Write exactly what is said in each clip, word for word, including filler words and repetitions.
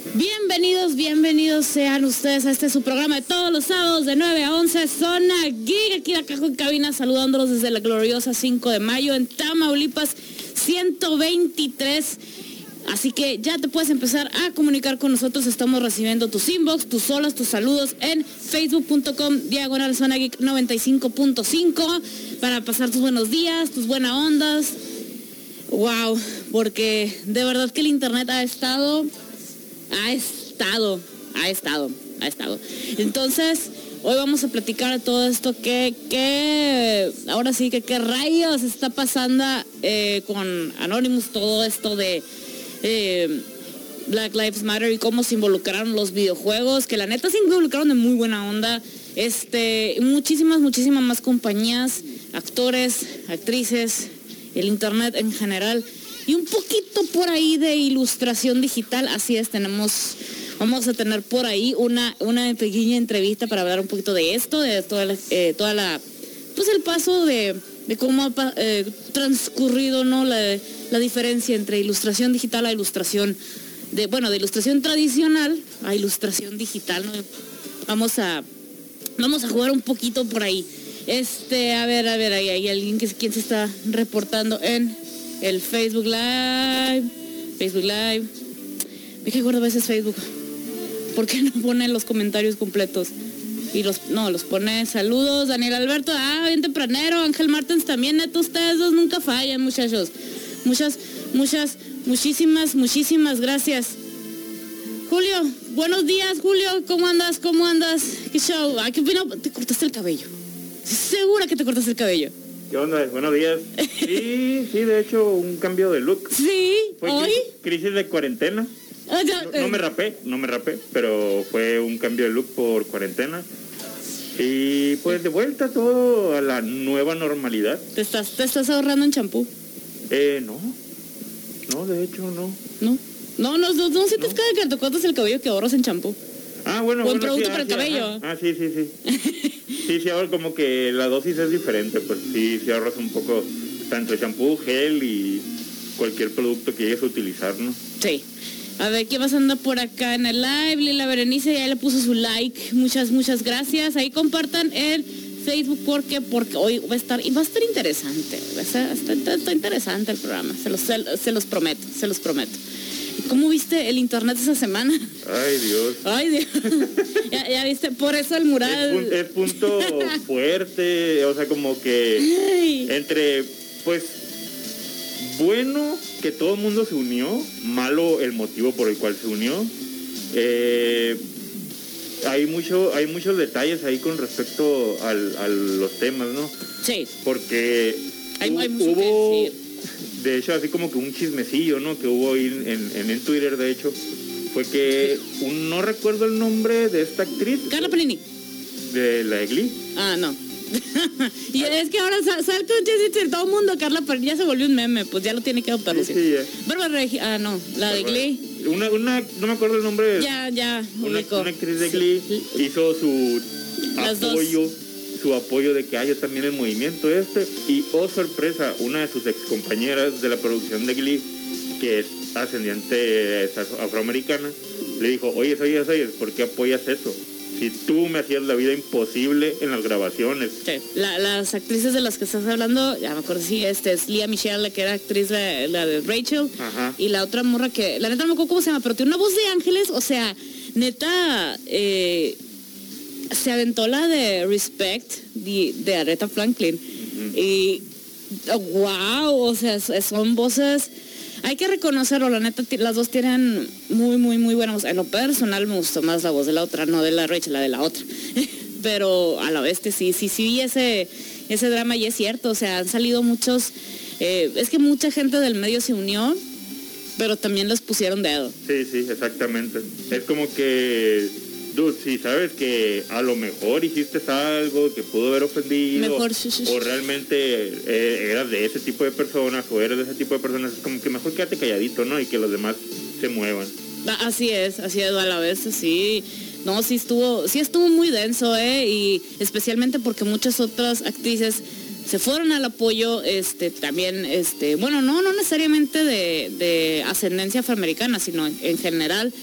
Bienvenidos, bienvenidos sean ustedes a este su programa de todos los sábados de nueve a once, Zona Geek, aquí acá en cabina, saludándolos desde la gloriosa cinco de mayo en Tamaulipas ciento veintitrés. Así que ya te puedes empezar a comunicar con nosotros. Estamos recibiendo tus inbox, tus solas, tus saludos en facebook punto com diagonal Zona Geek noventa y cinco punto cinco para pasar tus buenos días, tus buenas ondas. Wow, porque de verdad que el internet ha estado, ha estado, ha estado, ha estado. Entonces, hoy vamos a platicar de todo esto que, que ahora sí que qué rayos está pasando eh, con Anonymous, todo esto de eh, Black Lives Matter y cómo se involucraron los videojuegos, que la neta se involucraron de muy buena onda. Este, muchísimas, muchísimas más compañías, actores, actrices, el internet en general y un poquito por ahí de ilustración digital. Así es, tenemos, vamos a tener por ahí una, una pequeña entrevista para hablar un poquito de esto, de toda la, eh, toda la pues el paso de, de cómo ha eh, transcurrido, ¿no? La, la diferencia entre ilustración digital a ilustración de, bueno, de ilustración tradicional a ilustración digital, ¿no? Vamos a, vamos a jugar un poquito por ahí. Este, a ver, a ver, ahí hay alguien que quién se está reportando en el Facebook Live. Facebook Live. Me que acuerdo a veces Facebook. ¿Por qué no pone los comentarios completos? Y los, no, los pone saludos, Daniel Alberto, ah, bien tempranero, Ángel Martens también, neto, ustedes dos nunca fallan, muchachos. Muchas, muchas, muchísimas, muchísimas gracias. Julio, buenos días, Julio, ¿cómo andas? ¿Cómo andas? ¿Qué show? ¿A qué opina? Te cortaste el cabello. Segura que te cortaste el cabello. ¿Qué onda? Buenos días. Sí, sí, de hecho, un cambio de look. Sí, fue hoy. Crisis de cuarentena. Oh, ya, no, no me rapé, no me rapé, pero fue un cambio de look por cuarentena. Y pues de vuelta todo a la nueva normalidad. ¿Te estás, te estás ahorrando en champú? Eh, no. No, de hecho, no. No. No, no, no, no sientes no. Cada que te cortas el cabello que ahorras en champú. Ah, bueno, Buen bueno, producto sí, para ah, el sí, cabello. Ajá. Ah, sí, sí, sí. Sí, sí, ahora como que la dosis es diferente, pues sí, sí ahorras un poco, tanto champú, gel y cualquier producto que llegues a utilizar, ¿no? Sí. A ver, ¿qué más anda por acá en el live? Lila Berenice ya le puso su like. Muchas, muchas gracias. Ahí compartan el Facebook porque porque hoy va a estar, y va a estar interesante. Va a estar, está, está interesante el programa. Se los, se, se los prometo, se los prometo. ¿Cómo viste el internet esa semana? Ay, Dios. Ay, Dios. ya, ya viste, por eso el mural. Es, es punto fuerte, o sea, como que Ay. entre, pues, bueno que todo el mundo se unió, malo el motivo por el cual se unió. Eh, hay mucho, hay muchos detalles ahí con respecto al, a los temas, ¿no? Sí. Porque hay, hu- hay mucho hubo... que decir. De hecho, así como que un chismecillo, ¿no? Que hubo ahí en, en, en Twitter, de hecho, fue que un, no recuerdo el nombre de esta actriz. Carla Panini. De la de Glee. Ah, no. Y Ay. Es que ahora salta un chiste, todo el mundo, Carla Panini ya se volvió un meme, pues ya lo tiene que adoptar. Sí, sí, Bárbara Regi, ah, no, la de Glee. Una, una, no me acuerdo el nombre. Ya, ya, una, una actriz de Glee sí. Hizo su Las apoyo. Dos. Su apoyo de que haya también el movimiento este, y oh sorpresa, una de sus ex compañeras de la producción de Glee, que es ascendiente afroamericana, le dijo, oye, oye, oye, ¿por qué apoyas eso? Si tú me hacías la vida imposible en las grabaciones. Sí. La, las actrices de las que estás hablando, ya me acuerdo, sí, este es Lea Michele, la que era actriz, la, la de Rachel. Ajá. Y la otra morra que, la neta no me acuerdo cómo se llama, pero tiene una voz de ángeles, o sea, neta, eh... se aventó la de Respect de, de Aretha Franklin. Uh-huh. Y wow, o sea, son voces, hay que reconocerlo, la neta, las dos tienen muy, muy, muy buena voz. En lo personal me gustó más la voz de la otra, no de la Rachel, la de la otra. Pero a la vez que sí, sí, sí, ese, ese drama, y es cierto, o sea, han salido muchos, eh, es que mucha gente del medio se unió, pero también les pusieron dedo. Sí, sí, exactamente. Es como que... Dude, si sabes que a lo mejor hiciste algo que pudo haber ofendido, mejor, sí, sí, sí. o realmente eh, eras de ese tipo de personas, o eres de ese tipo de personas, es como que mejor quédate calladito, ¿no? Y que los demás se muevan. Así es, así es, a la vez, sí. No, sí estuvo, sí estuvo muy denso, ¿eh? Y especialmente porque muchas otras actrices se fueron al apoyo, este, también, este, bueno, no, no necesariamente de, de ascendencia afroamericana, sino en, en general,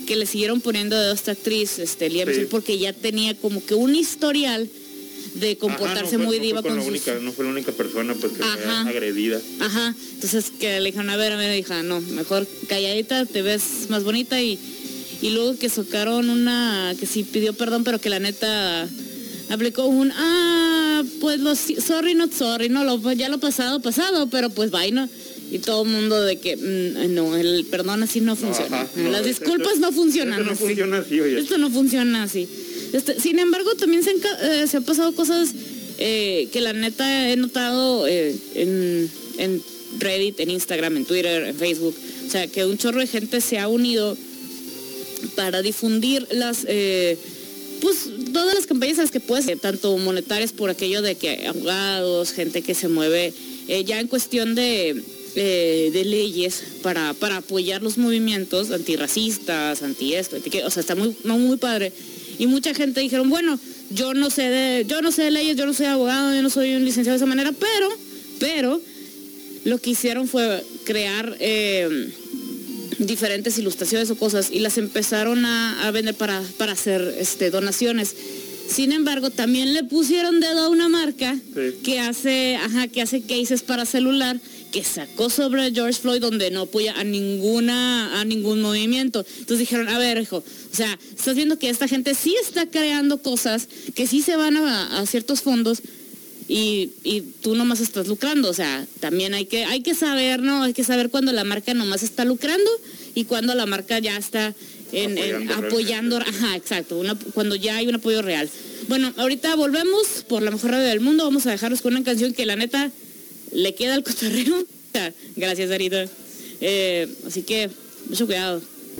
que le siguieron poniendo dedo a esta actriz, este, Lea Michele, sí. porque ya tenía como que un historial de comportarse Ajá, no fue, muy no diva con, con la sus... única, no fue la única persona pues que fue agredida. Ajá, entonces que le dijeron, a ver, a ver, hija, no, mejor calladita, te ves más bonita y, y luego que sacaron una que sí pidió perdón, pero que la neta aplicó un, ah, pues los, sorry, not sorry, no, lo, ya lo pasado, pasado, pero pues vaina. Y todo el mundo de que, mmm, no, el perdón así no funciona. No, ajá, no, Las disculpas esto, no funcionan esto no así. Funciona así oye. Esto no funciona así. Este, sin embargo, también se, eh, se han pasado cosas eh, que la neta he notado eh, en, en Reddit, en Instagram, en Twitter, en Facebook. O sea, que un chorro de gente se ha unido para difundir las... Eh, pues todas las campañas a las que puedes, eh, tanto monetarias por aquello de que abogados, gente que se mueve eh, ya en cuestión de, eh, de leyes para, para apoyar los movimientos antirracistas, anti esto, anti, o sea, está muy, muy padre. Y mucha gente dijeron, bueno, yo no sé de, yo no sé de leyes, yo no soy abogado, yo no soy un licenciado de esa manera, pero, pero, lo que hicieron fue crear eh, diferentes ilustraciones o cosas y las empezaron a, a vender para, para hacer este, donaciones. Sin embargo, también le pusieron dedo a una marca sí. que hace, ajá, que hace cases para celular, que sacó sobre George Floyd, donde no apoya a ninguna, a ningún movimiento. Entonces dijeron, a ver, hijo, o sea, estás viendo que esta gente sí está creando cosas que sí se van a, a ciertos fondos y, y tú nomás estás lucrando. O sea, también hay que, hay que saber, ¿no? Hay que saber cuando la marca nomás está lucrando y cuando la marca ya está en, apoyando, en, apoyando ajá, exacto, una, cuando ya hay un apoyo real. Bueno, ahorita volvemos por la mejor radio del mundo. Vamos a dejarlos con una canción que la neta le queda al cotorreo. Gracias, Arita. Eh, así que, mucho cuidado.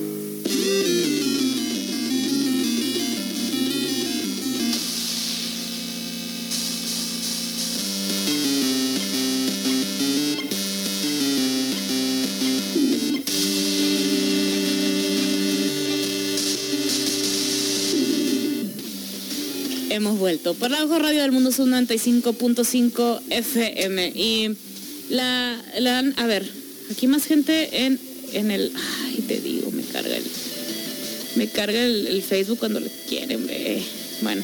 Hemos vuelto. Por la mejor radio del mundo son noventa y cinco punto cinco F M. Y la, la, a ver, aquí más gente en, en el, ay, te digo, me carga el, me carga el, el Facebook cuando le quieren, ve. Bueno.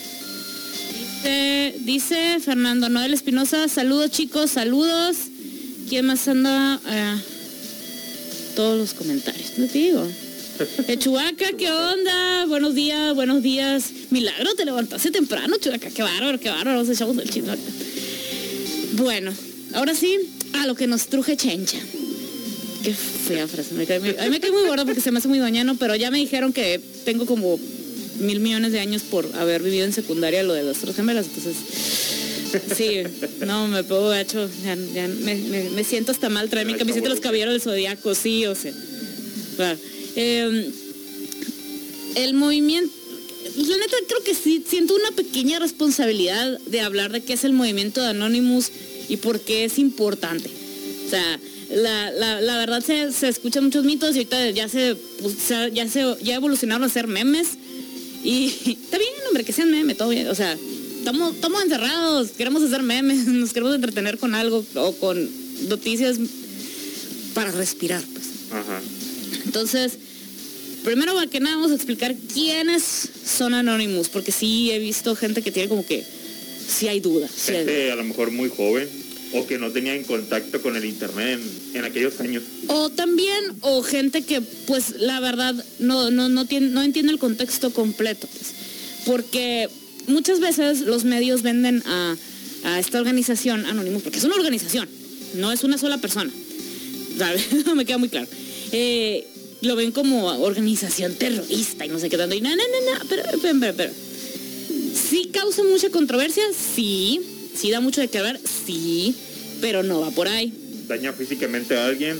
Dice, dice Fernando Noel Espinosa, saludos chicos, saludos. ¿Quién más anda? Eh, todos los comentarios, no te digo. Eh, Chubaca, ¿qué onda? Buenos días, buenos días. Milagro, te levantaste temprano, Chubaca, qué bárbaro, qué bárbaro, nos echamos del chisme. Bueno, ahora sí, a lo que nos truje Chencha. Qué fea frase, me cae, me, a mí me cae muy gorda porque se me hace muy doñano, pero ya me dijeron que tengo como mil millones de años por haber vivido en secundaria lo de las tres gemelas, entonces... Sí, no, me pego gacho, ya, ya me, me, me siento hasta mal, trae mi camiseta de los caballeros del Zodíaco, sí, o sea... Bueno, Eh, el movimiento, la neta creo que sí, siento una pequeña responsabilidad de hablar de qué es el movimiento de Anonymous y por qué es importante. O sea, la, la, la verdad se, se escuchan muchos mitos y ahorita ya se, pues, ya se ya evolucionaron a ser memes y está bien, hombre, que sean memes, todo bien, o sea, estamos, estamos encerrados, queremos hacer memes, nos queremos entretener con algo o con noticias para respirar, pues. Ajá. Entonces, primero que nada vamos a explicar quiénes son Anonymous, porque sí he visto gente que tiene como que, sí hay dudas. Sí gente hay duda. A lo mejor muy joven, o que no tenía en contacto con el internet en, en aquellos años. O también, o gente que pues la verdad no, no, no, tiene, no entiende el contexto completo, pues, porque muchas veces los medios venden a, a esta organización Anonymous, porque es una organización, no es una sola persona, ¿sabes? Me queda muy claro. Eh, lo ven como organización terrorista y no sé qué tanto. Y no, no, no, no, pero, pero, pero, pero. ¿Sí causa mucha controversia? Sí. ¿Sí da mucho de qué hablar? Sí. Pero no va por ahí. ¿Daña físicamente a alguien?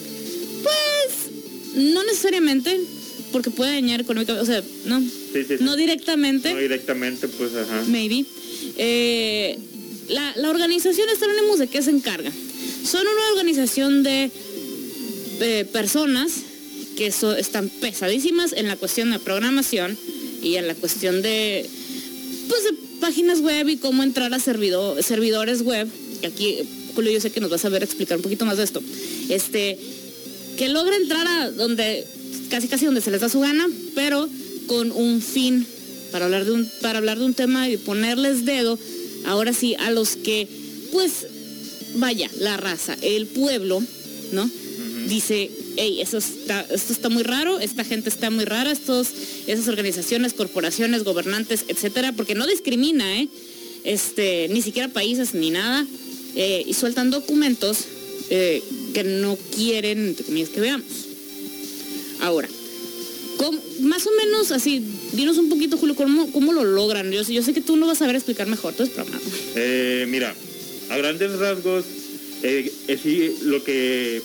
Pues, no necesariamente, porque puede dañar económicamente, o sea, no. Sí, sí, sí. No directamente. No directamente, pues, ajá. Maybe. Eh, la, la organización Anonymous, ¿de qué se encarga? Son una organización de... Eh, personas que so, están pesadísimas en la cuestión de programación y en la cuestión de pues de páginas web y cómo entrar a servidor, servidores web. Aquí Julio, yo sé que nos vas a ver explicar un poquito más de esto. Este que logra entrar a donde casi casi donde se les da su gana, pero con un fin, para hablar de un, para hablar de un tema y ponerles dedo, ahora sí, a los que, pues, vaya, la raza, el pueblo, ¿no? Uh-huh. Dice, hey, eso está, esto está muy raro, esta gente está muy rara, estos, esas organizaciones, corporaciones, gobernantes, etcétera, porque no discrimina, ¿eh? Este, ni siquiera países ni nada, eh, y sueltan documentos eh, que no quieren, entre comillas, que veamos. Ahora, ¿cómo, más o menos así, dinos un poquito, Julio, cómo, cómo lo logran? Yo, yo sé que tú lo vas a saber explicar mejor, tú es programa. Eh, mira, a grandes rasgos, eh, es lo que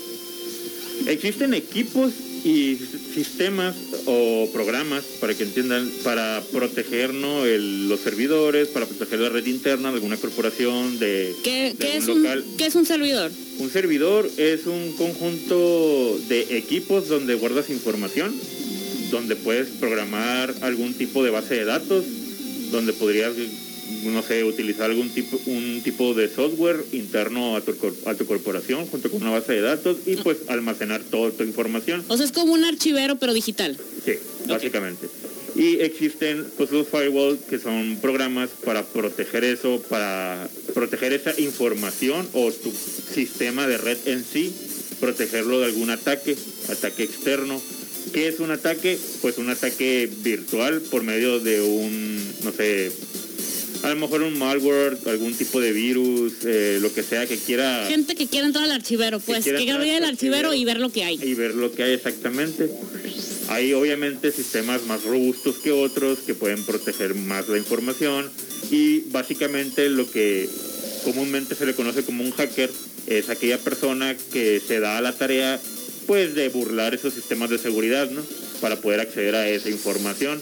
existen equipos y sistemas o programas, para que entiendan, para proteger, ¿no?, el, los servidores, para proteger la red interna de alguna corporación, de, ¿Qué, de ¿qué, es local. un, ¿Qué es un servidor? Un servidor es un conjunto de equipos donde guardas información, donde puedes programar algún tipo de base de datos, donde podrías, no sé, utilizar algún tipo, un tipo de software interno a tu, a tu corporación junto con una base de datos y pues almacenar toda tu información. O sea, es como un archivero pero digital. Sí, básicamente. Okay. Y existen pues los firewalls, que son programas para proteger eso, para proteger esa información o tu sistema de red en sí, protegerlo de algún ataque, ataque externo. ¿Qué es un ataque? Pues un ataque virtual por medio de un, no sé, a lo mejor un malware, algún tipo de virus, eh, lo que sea que quiera... Gente que quiera entrar al archivero, pues, que, que abrir el archivero y ver lo que hay. Y ver lo que hay, exactamente. Hay obviamente sistemas más robustos que otros que pueden proteger más la información y básicamente lo que comúnmente se le conoce como un hacker es aquella persona que se da a la tarea pues de burlar esos sistemas de seguridad, ¿no?, para poder acceder a esa información.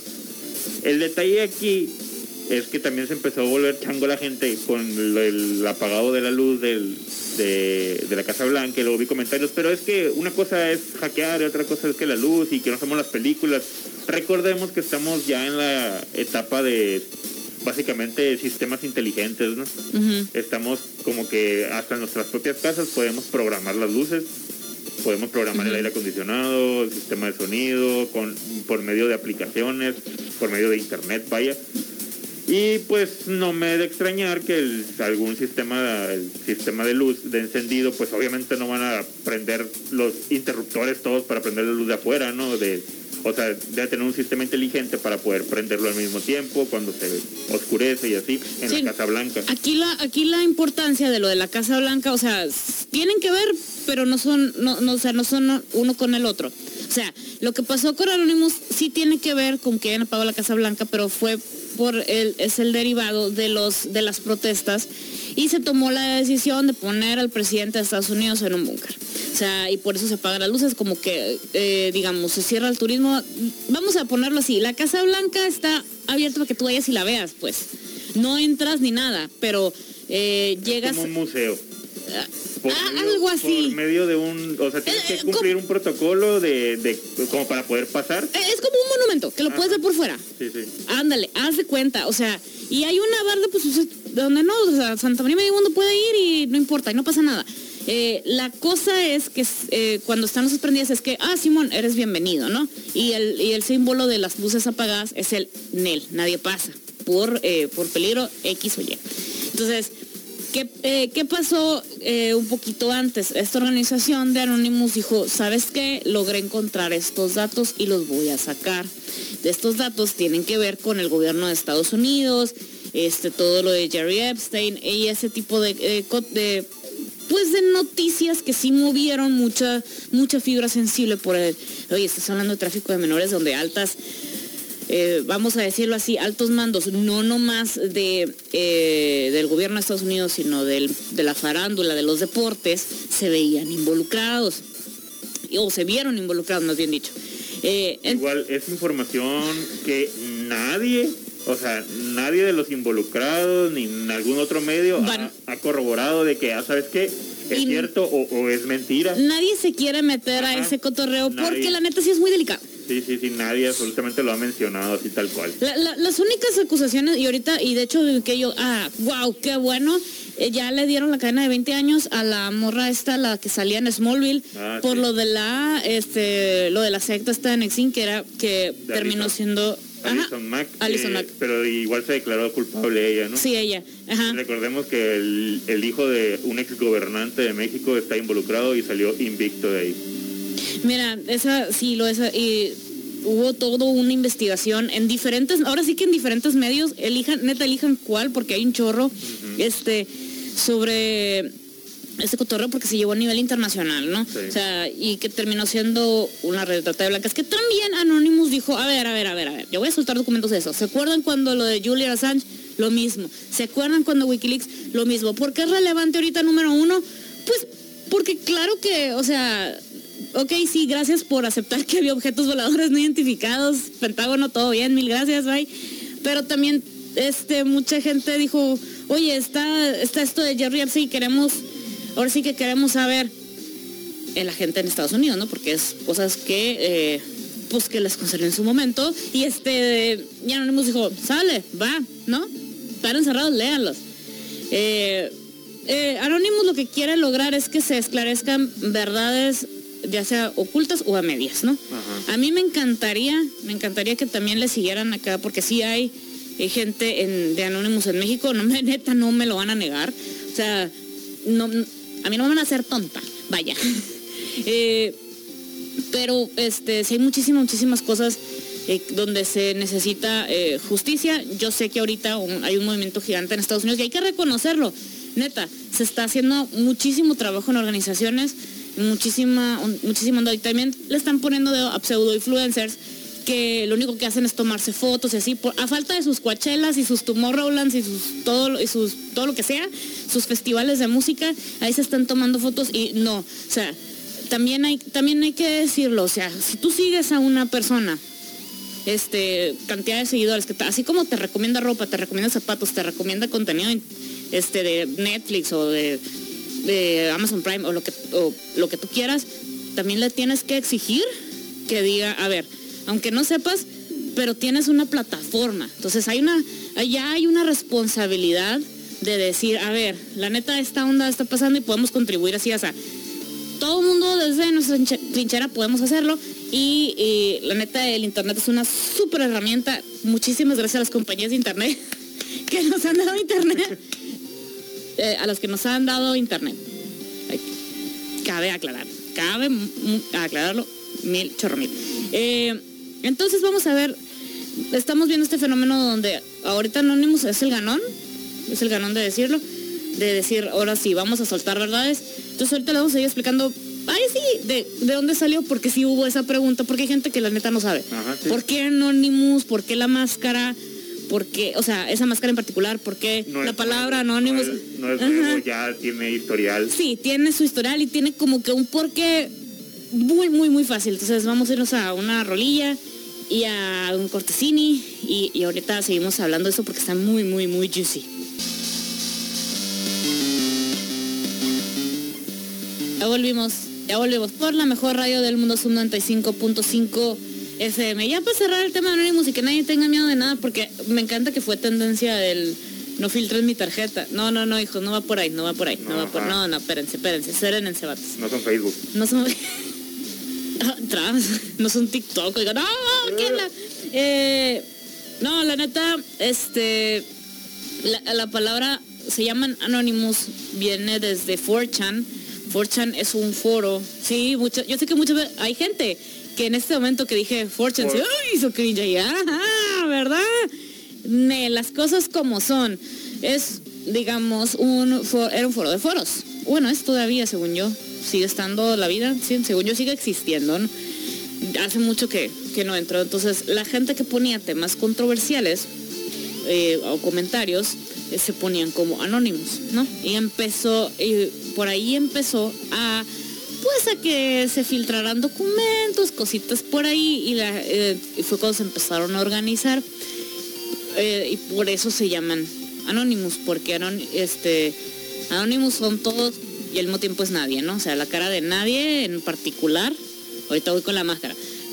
El detalle aquí es que también se empezó a volver chango la gente con el, el apagado de la luz del, de, de la Casa Blanca, y luego vi comentarios, pero es que una cosa es hackear y otra cosa es que la luz y que no hacemos las películas. Recordemos que estamos ya en la etapa de básicamente sistemas inteligentes, ¿no? Uh-huh. Estamos como que hasta en nuestras propias casas podemos programar las luces, podemos programar uh-huh. el aire acondicionado, el sistema de sonido, con, por medio de aplicaciones, por medio de internet, vaya. Y pues no me he de extrañar que el, algún sistema, el sistema de luz de encendido, pues obviamente no van a prender los interruptores todos para prender la luz de afuera, ¿no? De, o sea, debe tener un sistema inteligente para poder prenderlo al mismo tiempo cuando se oscurece y así en sí, la Casa Blanca. Aquí la, aquí la importancia de lo de la Casa Blanca, o sea, tienen que ver, pero no son, no, no, o sea, no son uno con el otro. O sea, lo que pasó con Anonymous sí tiene que ver con que hayan apagado la Casa Blanca, pero fue por el, es el derivado de los de las protestas y se tomó la decisión de poner al presidente de Estados Unidos en un búnker. O sea, y por eso se apagan las luces, como que, eh, digamos, se cierra el turismo. Vamos a ponerlo así, la Casa Blanca está abierta para que tú vayas y la veas, pues. No entras ni nada, pero eh, llegas... Es como un museo. Por ah, medio, algo así. Por medio de un... O sea, tienes eh, que cumplir un protocolo de, de como para poder pasar. Es como un monumento, que lo ah, puedes ver por fuera. Sí, sí. Ándale, haz de cuenta, o sea, y hay una barda, pues, donde no, o sea, Santa María Medio Mundo puede ir y no importa, y no pasa nada. Eh, la cosa es que eh, cuando están luces prendidas es que, ah, Simón, eres bienvenido, ¿no? Y el, y el símbolo de las luces apagadas es el N E L, nadie pasa, por, eh, por peligro X o Y. Entonces, ¿qué, eh, ¿qué pasó eh, un poquito antes? Esta organización de Anonymous dijo, ¿sabes qué? Logré encontrar estos datos y los voy a sacar. De estos datos tienen que ver con el gobierno de Estados Unidos, este, todo lo de Jerry Epstein y ese tipo de... Eh, de pues de noticias que sí movieron mucha mucha fibra sensible por el, oye, estás hablando de tráfico de menores donde altas, eh, vamos a decirlo así, altos mandos, no nomás de eh, del gobierno de Estados Unidos, sino del, de la farándula, de los deportes, se veían involucrados, o se vieron involucrados, más bien dicho. Eh, Igual es información que nadie... O sea, nadie de los involucrados ni en algún otro medio ha, ha corroborado de que, ah, ¿sabes qué? ¿Es y cierto o, o es mentira? Nadie se quiere meter Ajá, a ese cotorreo nadie. Porque la neta sí es muy delicado. Sí, sí, sí, nadie absolutamente lo ha mencionado así tal cual. La, la, las únicas acusaciones, y ahorita, y de hecho que yo, ah, wow, qué bueno, eh, ya le dieron la cadena de veinte años a la morra esta, la que salía en Smallville, ah, por sí. lo de la, este, lo de la secta esta de Nexin, que era, que de terminó Alison. siendo... Alison Mack, Alison Mack. Pero igual se declaró culpable ella, ¿no? Sí, ella. Ajá. Recordemos que el, el hijo de un ex gobernante de México está involucrado y salió invicto de ahí. Mira, esa sí lo esa y hubo toda una investigación en diferentes, ahora sí que en diferentes medios, elijan, neta elijan cuál, porque hay un chorro, uh-huh. este, sobre este cotorreo porque se llevó a nivel internacional, ¿no? Sí. O sea, y que terminó siendo una red de trata de blancas, que también Anonymous dijo, a ver, a ver, a ver, a ver, yo voy a soltar documentos de eso. ¿Se acuerdan cuando lo de Julian Assange? Lo mismo. ¿Se acuerdan cuando Wikileaks? Lo mismo. ¿Por qué es relevante ahorita número uno? Pues porque claro que, o sea, ok, sí, gracias por aceptar que había objetos voladores no identificados, Pentágono, todo bien, mil gracias, bye. Pero también, este, mucha gente dijo, oye, está, está esto de Jerry Epstein, queremos... Ahora sí que queremos saber la gente en Estados Unidos, ¿no? Porque es cosas que, eh, pues que les concernía en su momento. Y este, ya Anonymous dijo, sale, va, ¿no? Están encerrados, léanlos. Eh, eh, Anonymous lo que quiere lograr es que se esclarezcan verdades, ya sea ocultas o a medias, ¿no? Ajá. A mí me encantaría, me encantaría que también le siguieran acá, porque sí hay eh, gente en, de Anonymous en México, no me, neta, no me lo van a negar. O sea, no... A mí no me van a hacer tonta, vaya. eh, pero este, sí hay muchísimas, muchísimas cosas eh, donde se necesita eh, justicia. Yo sé que ahorita un, hay un movimiento gigante en Estados Unidos y hay que reconocerlo. Neta, se está haciendo muchísimo trabajo en organizaciones, muchísima, un, muchísimo, y también le están poniendo de, a pseudo-influencers que lo único que hacen es tomarse fotos y así, por, a falta de sus Coachellas y sus Tomorrowlands y sus todo y sus todo lo que sea, sus festivales de música, ahí se están tomando fotos y no, o sea, también hay también hay que decirlo, o sea, si tú sigues a una persona, este, cantidad de seguidores, que te, así como te recomienda ropa, te recomienda zapatos, te recomienda contenido este de Netflix o de, de Amazon Prime o lo que o lo que tú quieras, también le tienes que exigir que diga, a ver, aunque no sepas, pero tienes una plataforma. Entonces hay una, ya hay una responsabilidad de decir, a ver, la neta esta onda está pasando y podemos contribuir así, o sea, todo el mundo desde nuestra trinchera podemos hacerlo y, y la neta el internet es una súper herramienta. Muchísimas gracias a las compañías de internet que nos han dado internet, eh, a las que nos han dado internet. Ay, cabe aclarar, cabe m- aclararlo mil, chorro mil. Eh, Entonces vamos a ver, estamos viendo este fenómeno donde ahorita Anonymous es el ganón, es el ganón de decirlo, de decir, ahora sí, vamos a soltar verdades. Entonces ahorita le vamos a ir explicando, ay sí, de, de dónde salió, porque sí hubo esa pregunta, porque hay gente que la neta no sabe. Ajá, sí. ¿Por qué Anonymous? ¿Por qué la máscara? ¿Por qué, o sea, esa máscara en particular? ¿Por qué no la palabra nuevo, Anonymous? No es, no es nuevo, ya tiene historial. Sí, tiene su historial y tiene como que un porqué muy, muy, muy fácil. Entonces vamos a irnos a una rolilla y a un cortesini y, y ahorita seguimos hablando de eso porque está muy, muy, muy juicy. Ya volvimos, ya volvimos por la mejor radio del mundo, Zoom noventa y cinco punto cinco F M. Ya para cerrar el tema de Anonymous y que nadie tenga miedo de nada, porque me encanta que fue tendencia el no filtres mi tarjeta. No, no, no, hijos, no va por ahí, no va por ahí, no, no va por, no, no, espérense, espérense, serénense, vatos. No son Facebook. No son Trans, no son TikTok, oiga, no, ¿qué la? Eh, no, la neta, este, la, la palabra se llaman Anonymous, viene desde four chan. four chan es un foro, sí, mucho, yo sé que muchas veces hay gente que en este momento que dije four chan, For... se hizo cringe ahí, ah, ¿verdad? Ne, las cosas como son, es, digamos, un foro, era un foro de foros, bueno, es todavía, según yo, sigue estando la vida, sí, según yo sigue existiendo, ¿no? Hace mucho que, que no entró, entonces la gente que ponía temas controversiales eh, o comentarios eh, se ponían como anónimos, ¿no? Y empezó, y por ahí empezó a, pues a que se filtraran documentos, cositas por ahí, y, la, eh, y fue cuando se empezaron a organizar, eh, y por eso se llaman Anonymous, porque anon, este, Anonymous son todos y al mismo tiempo es nadie, ¿no? O sea, la cara de nadie en particular, ahorita voy con la máscara,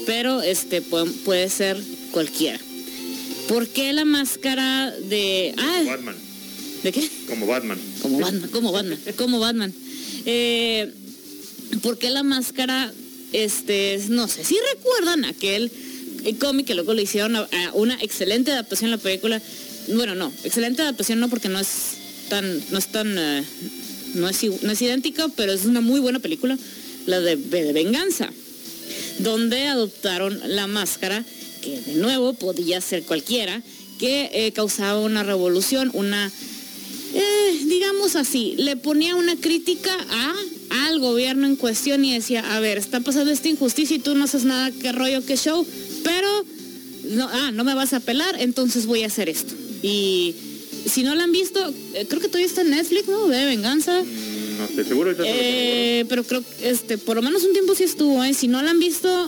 pero este puede, puede ser cualquiera. ¿Por qué la máscara de... Ah, Batman. ¿De qué? Como Batman. Como Batman, como Batman, como Batman. Eh, ¿Por qué la máscara, este, no sé, si recuerdan aquel cómic que luego le hicieron a, a una excelente adaptación a la película? Bueno, no, excelente adaptación no, porque no es tan, no es tan, uh, no es, no es idéntica, pero es una muy buena película, la de, de Venganza, donde adoptaron la máscara, que de nuevo podía ser cualquiera, que eh, causaba una revolución, una, eh, digamos así, le ponía una crítica a, al gobierno en cuestión y decía, a ver, está pasando esta injusticia y tú no haces nada, qué rollo, qué show, pero, no, ah, no me vas a apelar, entonces voy a hacer esto. Y si no la han visto, eh, creo que todavía está en Netflix, ¿no? De Venganza. Mm, no estoy seguro. Eh, pero creo que este, por lo menos un tiempo sí estuvo, ¿eh? Si no la han visto...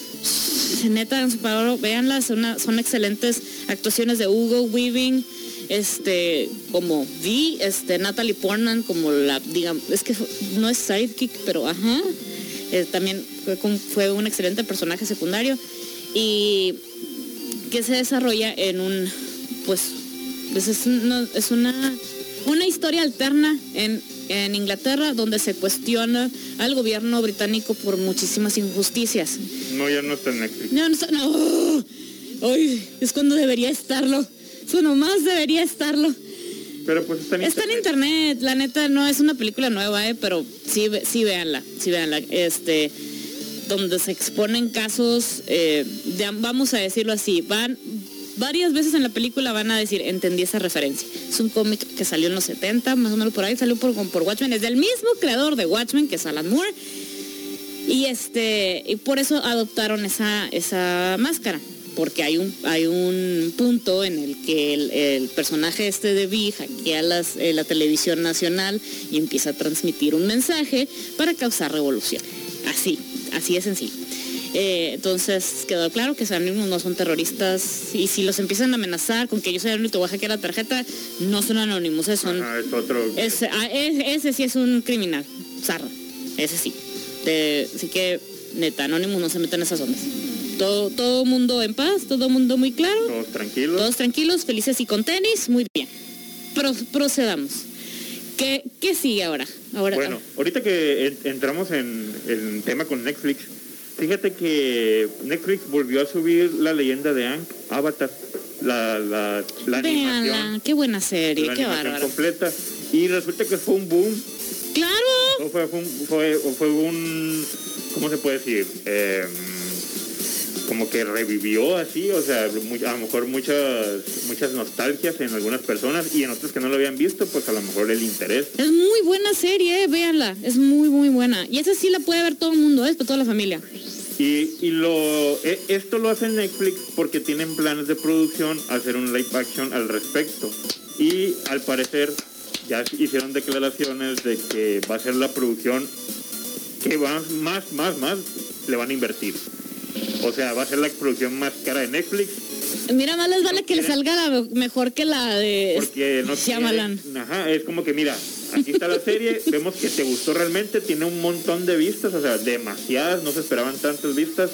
neta, véanlas, son, una, son excelentes actuaciones de Hugo Weaving, este, como Vi, este, Natalie Portman, como la, digamos, es que no es sidekick, pero ajá, eh, también fue, fue un excelente personaje secundario, y que se desarrolla en un, pues, pues es, una, es una, una historia alterna en en Inglaterra, donde se cuestiona al gobierno británico por muchísimas injusticias. No, ya no está en Netflix. No, no está, no. Ay, es cuando debería estarlo. Eso nomás debería estarlo. Pero pues está en está internet. en internet, la neta no es una película nueva, eh, pero sí, sí véanla, sí véanla. Este, donde se exponen casos, eh, de, vamos a decirlo así, van... varias veces en la película van a decir, entendí esa referencia. Es un cómic que salió en los setenta, más o menos por ahí, salió por, por Watchmen. Es del mismo creador de Watchmen, que es Alan Moore. Y este y por eso adoptaron esa, esa máscara. Porque hay un, hay un punto en el que el, el personaje este de Vi hackea las, eh, la televisión nacional y empieza a transmitir un mensaje para causar revolución. Así, así de sencillo. Eh, entonces quedó claro que Anonymous no son terroristas, y si los empiezan a amenazar con que yo soy Anonymous y te voy a hackear la tarjeta, no son Anonymous, son, ajá, es otro. Ese, ese, ese sí es un criminal, zarra, ese sí. De, así que neta, Anonymous no se mete en esas ondas. Todo, todo mundo en paz, todo mundo muy claro. Todos tranquilos. Todos tranquilos, felices y con tenis, muy bien. Pro, procedamos. ¿Qué, ¿Qué sigue ahora? ahora bueno, ahora. ahorita que en, entramos en el tema con Netflix, fíjate que Netflix volvió a subir La Leyenda de Aang, Avatar, la, la, la animación. Qué buena serie, la qué animación bárbaro. completa. Y resulta que fue un boom. ¡Claro! O fue, fue, un, fue, o fue un, ¿cómo se puede decir? Eh, como que revivió así, o sea, muy, a lo mejor muchas muchas nostalgias en algunas personas, y en otras que no lo habían visto, pues a lo mejor el interés. Es muy buena serie, eh, véanla, es muy muy buena. Y esa sí la puede ver todo el mundo, es para toda la familia. Y, y lo eh, esto lo hace Netflix porque tienen planes de producción hacer un live action al respecto. Y al parecer ya hicieron declaraciones de que va a ser la producción que va más, más, más le van a invertir. O sea, va a ser la producción más cara de Netflix. Mira, más les vale no que le salga la mejor que la de porque no Shyamalan. Ajá, es como que mira, aquí está la serie, vemos que te gustó realmente, tiene un montón de vistas, o sea, demasiadas, no se esperaban tantas vistas,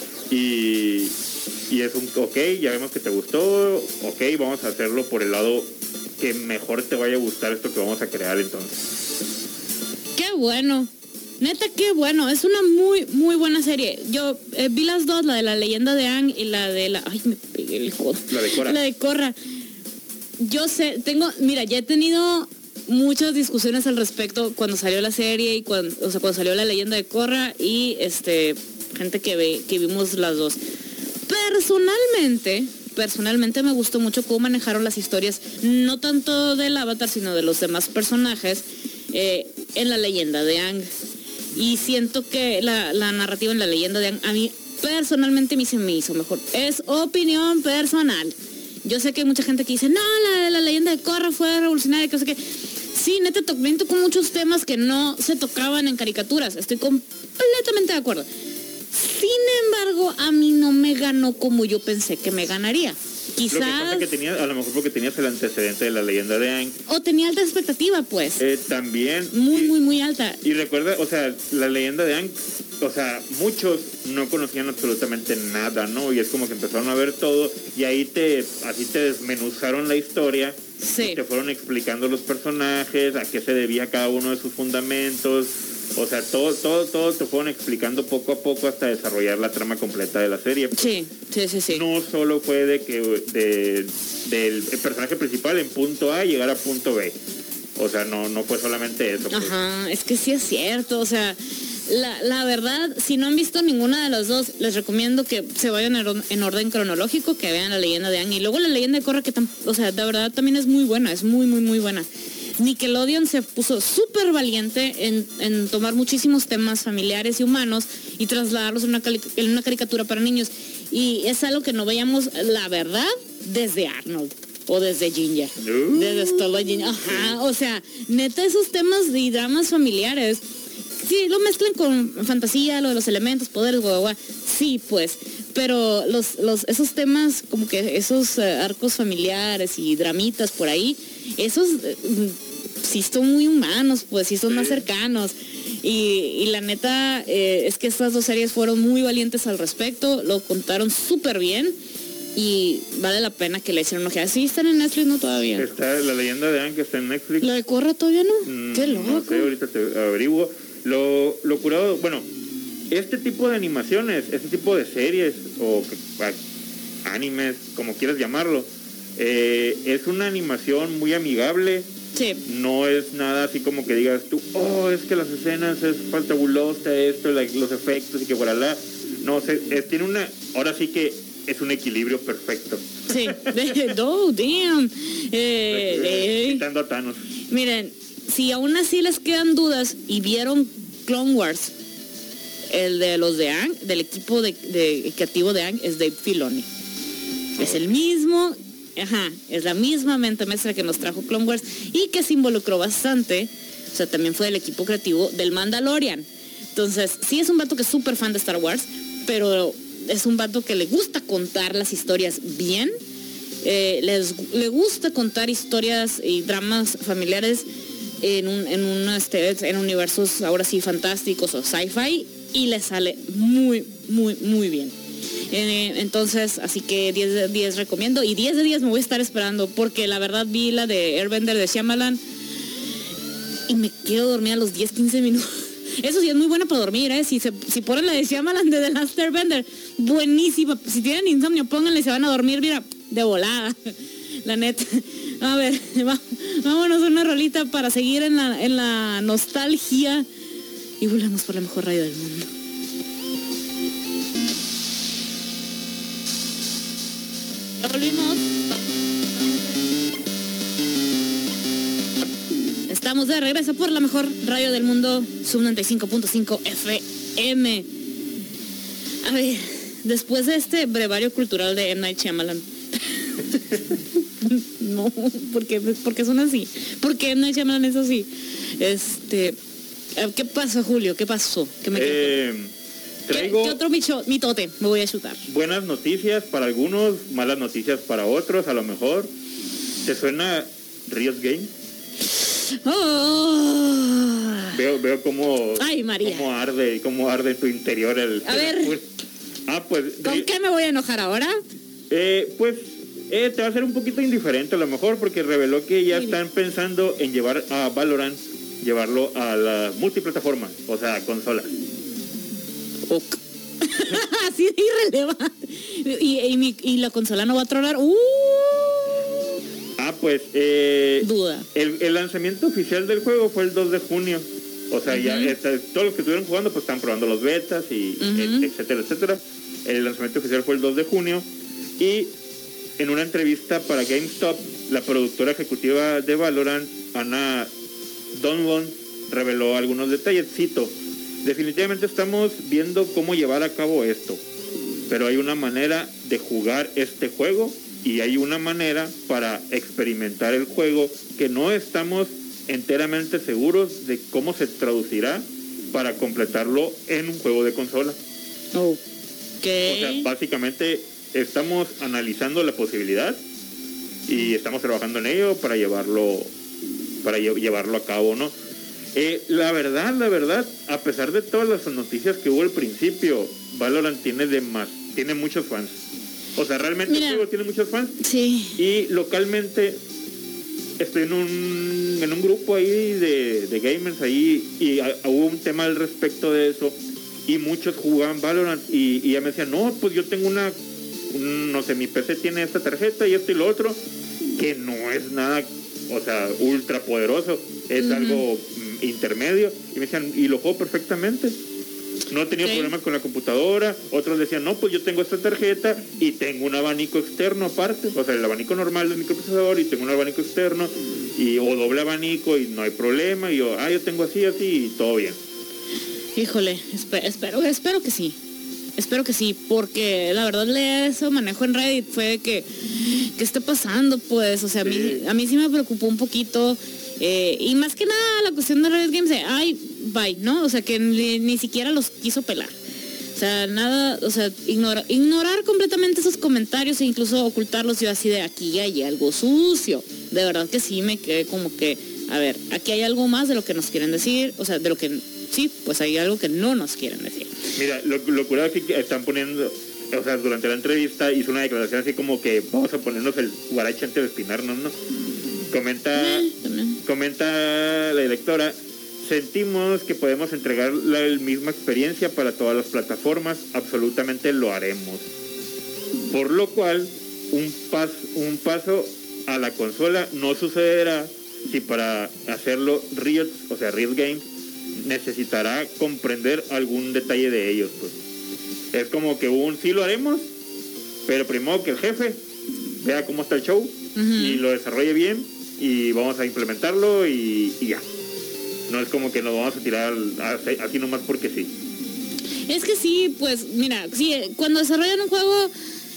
y, y es un, ok, ya vemos que te gustó, ok, vamos a hacerlo por el lado que mejor te vaya a gustar esto que vamos a crear entonces. Qué bueno. Neta, qué bueno, es una muy, muy buena serie. Yo eh, vi las dos, la de La Leyenda de Aang y la de la... Ay, me pegué el codo. La de Korra. La de Korra. Yo sé, tengo... Mira, ya he tenido muchas discusiones al respecto cuando salió la serie y cuando... O sea, cuando salió La Leyenda de Korra y, este... gente que ve, que vimos las dos. Personalmente... Personalmente me gustó mucho cómo manejaron las historias, no tanto del Avatar, sino de los demás personajes eh, en La Leyenda de Aang. Y siento que la, la narrativa en La Leyenda de Aang, a mí personalmente me se me hizo mejor. Es opinión personal. Yo sé que hay mucha gente que dice, no, la, la Leyenda de Korra fue revolucionaria, que no sé qué. Sí, neta, también tocó muchos temas que no se tocaban en caricaturas. Estoy completamente de acuerdo. Sin embargo, a mí no me ganó como yo pensé que me ganaría. Quizás... Lo que pasa que tenía, a lo mejor porque tenías el antecedente de La Leyenda de Aang. O tenía alta expectativa, pues. Eh, también. Muy, y, muy, muy alta. Y recuerda, o sea, La Leyenda de Aang o sea, muchos no conocían absolutamente nada, ¿no? Y es como que empezaron a ver todo y ahí te, así te desmenuzaron la historia. Sí. Te fueron explicando los personajes, a qué se debía cada uno de sus fundamentos. O sea, todo, todo, todo te fueron explicando poco a poco hasta desarrollar la trama completa de la serie. Sí, sí, sí, sí. No solo fue de que de, del personaje principal en punto A llegar a punto B. O sea, no, no fue solamente eso. Pues. Ajá, es que sí es cierto, o sea, la, la verdad, si no han visto ninguna de las dos, les recomiendo que se vayan en, en orden cronológico, que vean la leyenda de Aang y luego la leyenda de Korra, que tam, o sea, de verdad también es muy buena, es muy, muy, muy buena. Nickelodeon se puso súper valiente en, en tomar muchísimos temas familiares y humanos y trasladarlos en una, cali- en una caricatura para niños. Y es algo que no veíamos, la verdad, desde Arnold. O desde Ginger. Uh. Desde Stolo Ginger. Ajá, o sea, neta esos temas y dramas familiares, sí, lo mezclan con fantasía, lo de los elementos, poderes, guau, guau. Sí, pues. Pero los, los, esos temas, como que esos uh, arcos familiares y dramitas por ahí, esos uh, sí son muy humanos, pues, sí son sí. más cercanos. Y, y la neta, eh, es que estas dos series fueron muy valientes al respecto, lo contaron súper bien. Y vale la pena que le hicieran una ojeada. Sí, están en Netflix, ¿no? Todavía. Está la leyenda de Aang que está en Netflix. ¿La de Korra todavía no? Mm, Qué loco. No sé, ahorita te averiguo. Lo, lo curado, bueno, este tipo de animaciones, este tipo de series, o a, animes, como quieras llamarlo, eh, es una animación muy amigable. Sí. No es nada así como que digas tú, oh, es que las escenas es fantabulosa, esto, la, los efectos y que por allá. No, se, es, tiene una, ahora sí que es un equilibrio perfecto. Sí, oh, damn. Eh, eh. Quitando a Thanos. Miren, si aún así les quedan dudas y vieron Clone Wars, el de los de Aang, del equipo de, de creativo de Aang, es Dave Filoni. Oh. Es el mismo, ajá, es la misma mente maestra que nos trajo Clone Wars y que se involucró bastante, o sea, también fue el equipo creativo del Mandalorian. Entonces, sí es un vato que es súper fan de Star Wars, pero es un vato que le gusta contar las historias bien, eh, les, le gusta contar historias y dramas familiares en un, en un este, en universos ahora sí fantásticos o sci-fi y le sale muy, muy, muy bien. Eh, entonces, así que diez de diez recomiendo y diez de diez me voy a estar esperando porque la verdad vi la de Airbender de Shyamalan y me quedo dormida a los diez, quince minutos. Eso sí es muy buena para dormir, ¿eh? Si, se, si ponen la de Shyamalan de The Last Airbender, buenísima. Si tienen insomnio, pónganle y se van a dormir, mira, de volada. La neta. A ver, va, vámonos a una rolita para seguir en la, en la nostalgia y volvemos por la mejor radio del mundo. Ya volvimos. Estamos de regreso por la mejor radio del mundo, Sub noventa y cinco punto cinco F M. A ver, después de este brevario cultural de M. Night Shyamalan. No, porque porque son así. Porque M. Night Shyamalan es así. Este, ¿qué pasó, Julio? ¿Qué pasó? ¿Qué me eh, traigo ¿Qué, qué otro micho, mitote me voy a chutar? Buenas noticias para algunos, malas noticias para otros, a lo mejor. ¿Te suena Riot Games? Oh. Veo, veo cómo, Ay, María. cómo arde, cómo arde en tu interior el. A ver. el, ah, pues. ¿Con qué me voy a enojar ahora? Eh, pues eh, te va a ser un poquito indiferente a lo mejor porque reveló que ya sí. están pensando en llevar a Valorant, llevarlo a la multiplataforma, o sea, consola. Ok. Así de irrelevante. Y, y, mi, y la consola no va a tronar. Uh. Ah, pues, eh, duda. El, el lanzamiento oficial del juego fue el dos de junio. O sea, uh-huh. ya está, todos los que estuvieron jugando pues están probando los betas y uh-huh. et, etcétera, etcétera. El lanzamiento oficial fue el dos de junio y en una entrevista para GameStop, la productora ejecutiva de Valorant, Anna Donlon, reveló algunos detalles. Cito: definitivamente estamos viendo cómo llevar a cabo esto, pero hay una manera de jugar este juego y hay una manera para experimentar el juego que no estamos enteramente seguros de cómo se traducirá para completarlo en un juego de consola. Okay. O sea, básicamente estamos analizando la posibilidad y estamos trabajando en ello para llevarlo para lle- llevarlo a cabo, ¿no? Eh, la verdad, la verdad, a pesar de todas las noticias que hubo al principio, Valorant tiene de más, tiene muchos fans. O sea, realmente Mira, el juego tiene muchos fans. Sí. Y localmente estoy en un en un grupo ahí de, de gamers ahí y a, hubo un tema al respecto de eso y muchos jugaban Valorant y, y ya me decían, no, pues yo tengo una, un, no sé, mi P C tiene esta tarjeta y esto y lo otro, que no es nada, o sea, ultra poderoso, es uh-huh. algo mm, intermedio. Y me decían, y lo juego perfectamente. No he tenido sí. problemas con la computadora. Otros decían, no, pues yo tengo esta tarjeta y tengo un abanico externo aparte. O sea, el abanico normal del microprocesador y tengo un abanico externo y o doble abanico y no hay problema. Y yo, ah, yo tengo así, así y todo bien. Híjole, espero, espero, espero que sí. Espero que sí, porque la verdad leer eso manejo en Reddit fue que, ¿qué está pasando? Pues, o sea, sí. a, mí, a mí sí me preocupó un poquito. Eh, y más que nada la cuestión de Reddit Games de, ay, bye, ¿no? O sea, que ni, ni siquiera los quiso pelar. O sea, nada, o sea, ignora, ignorar completamente esos comentarios e incluso ocultarlos. Yo así de, aquí hay algo sucio. De verdad que sí me quedé como que, a ver, aquí hay algo más de lo que nos quieren decir. O sea, de lo que, sí, pues hay algo que no nos quieren decir. Mira, lo, lo curado que están poniendo, o sea, durante la entrevista hizo una declaración así como que vamos a ponernos el guarache antes de espinarnos, ¿no? Comenta, comenta la directora, sentimos que podemos entregar la misma experiencia para todas las plataformas, absolutamente lo haremos. Por lo cual, un, pas, un paso a la consola no sucederá si para hacerlo Riot, o sea, Riot Games, necesitará comprender algún detalle de ellos, pues. Es como que un sí lo haremos, pero primero que el jefe vea cómo está el show uh-huh. y lo desarrolle bien y vamos a implementarlo y, y ya. No es como que nos vamos a tirar así nomás porque sí. Es que sí, pues mira, sí, cuando desarrollan un juego,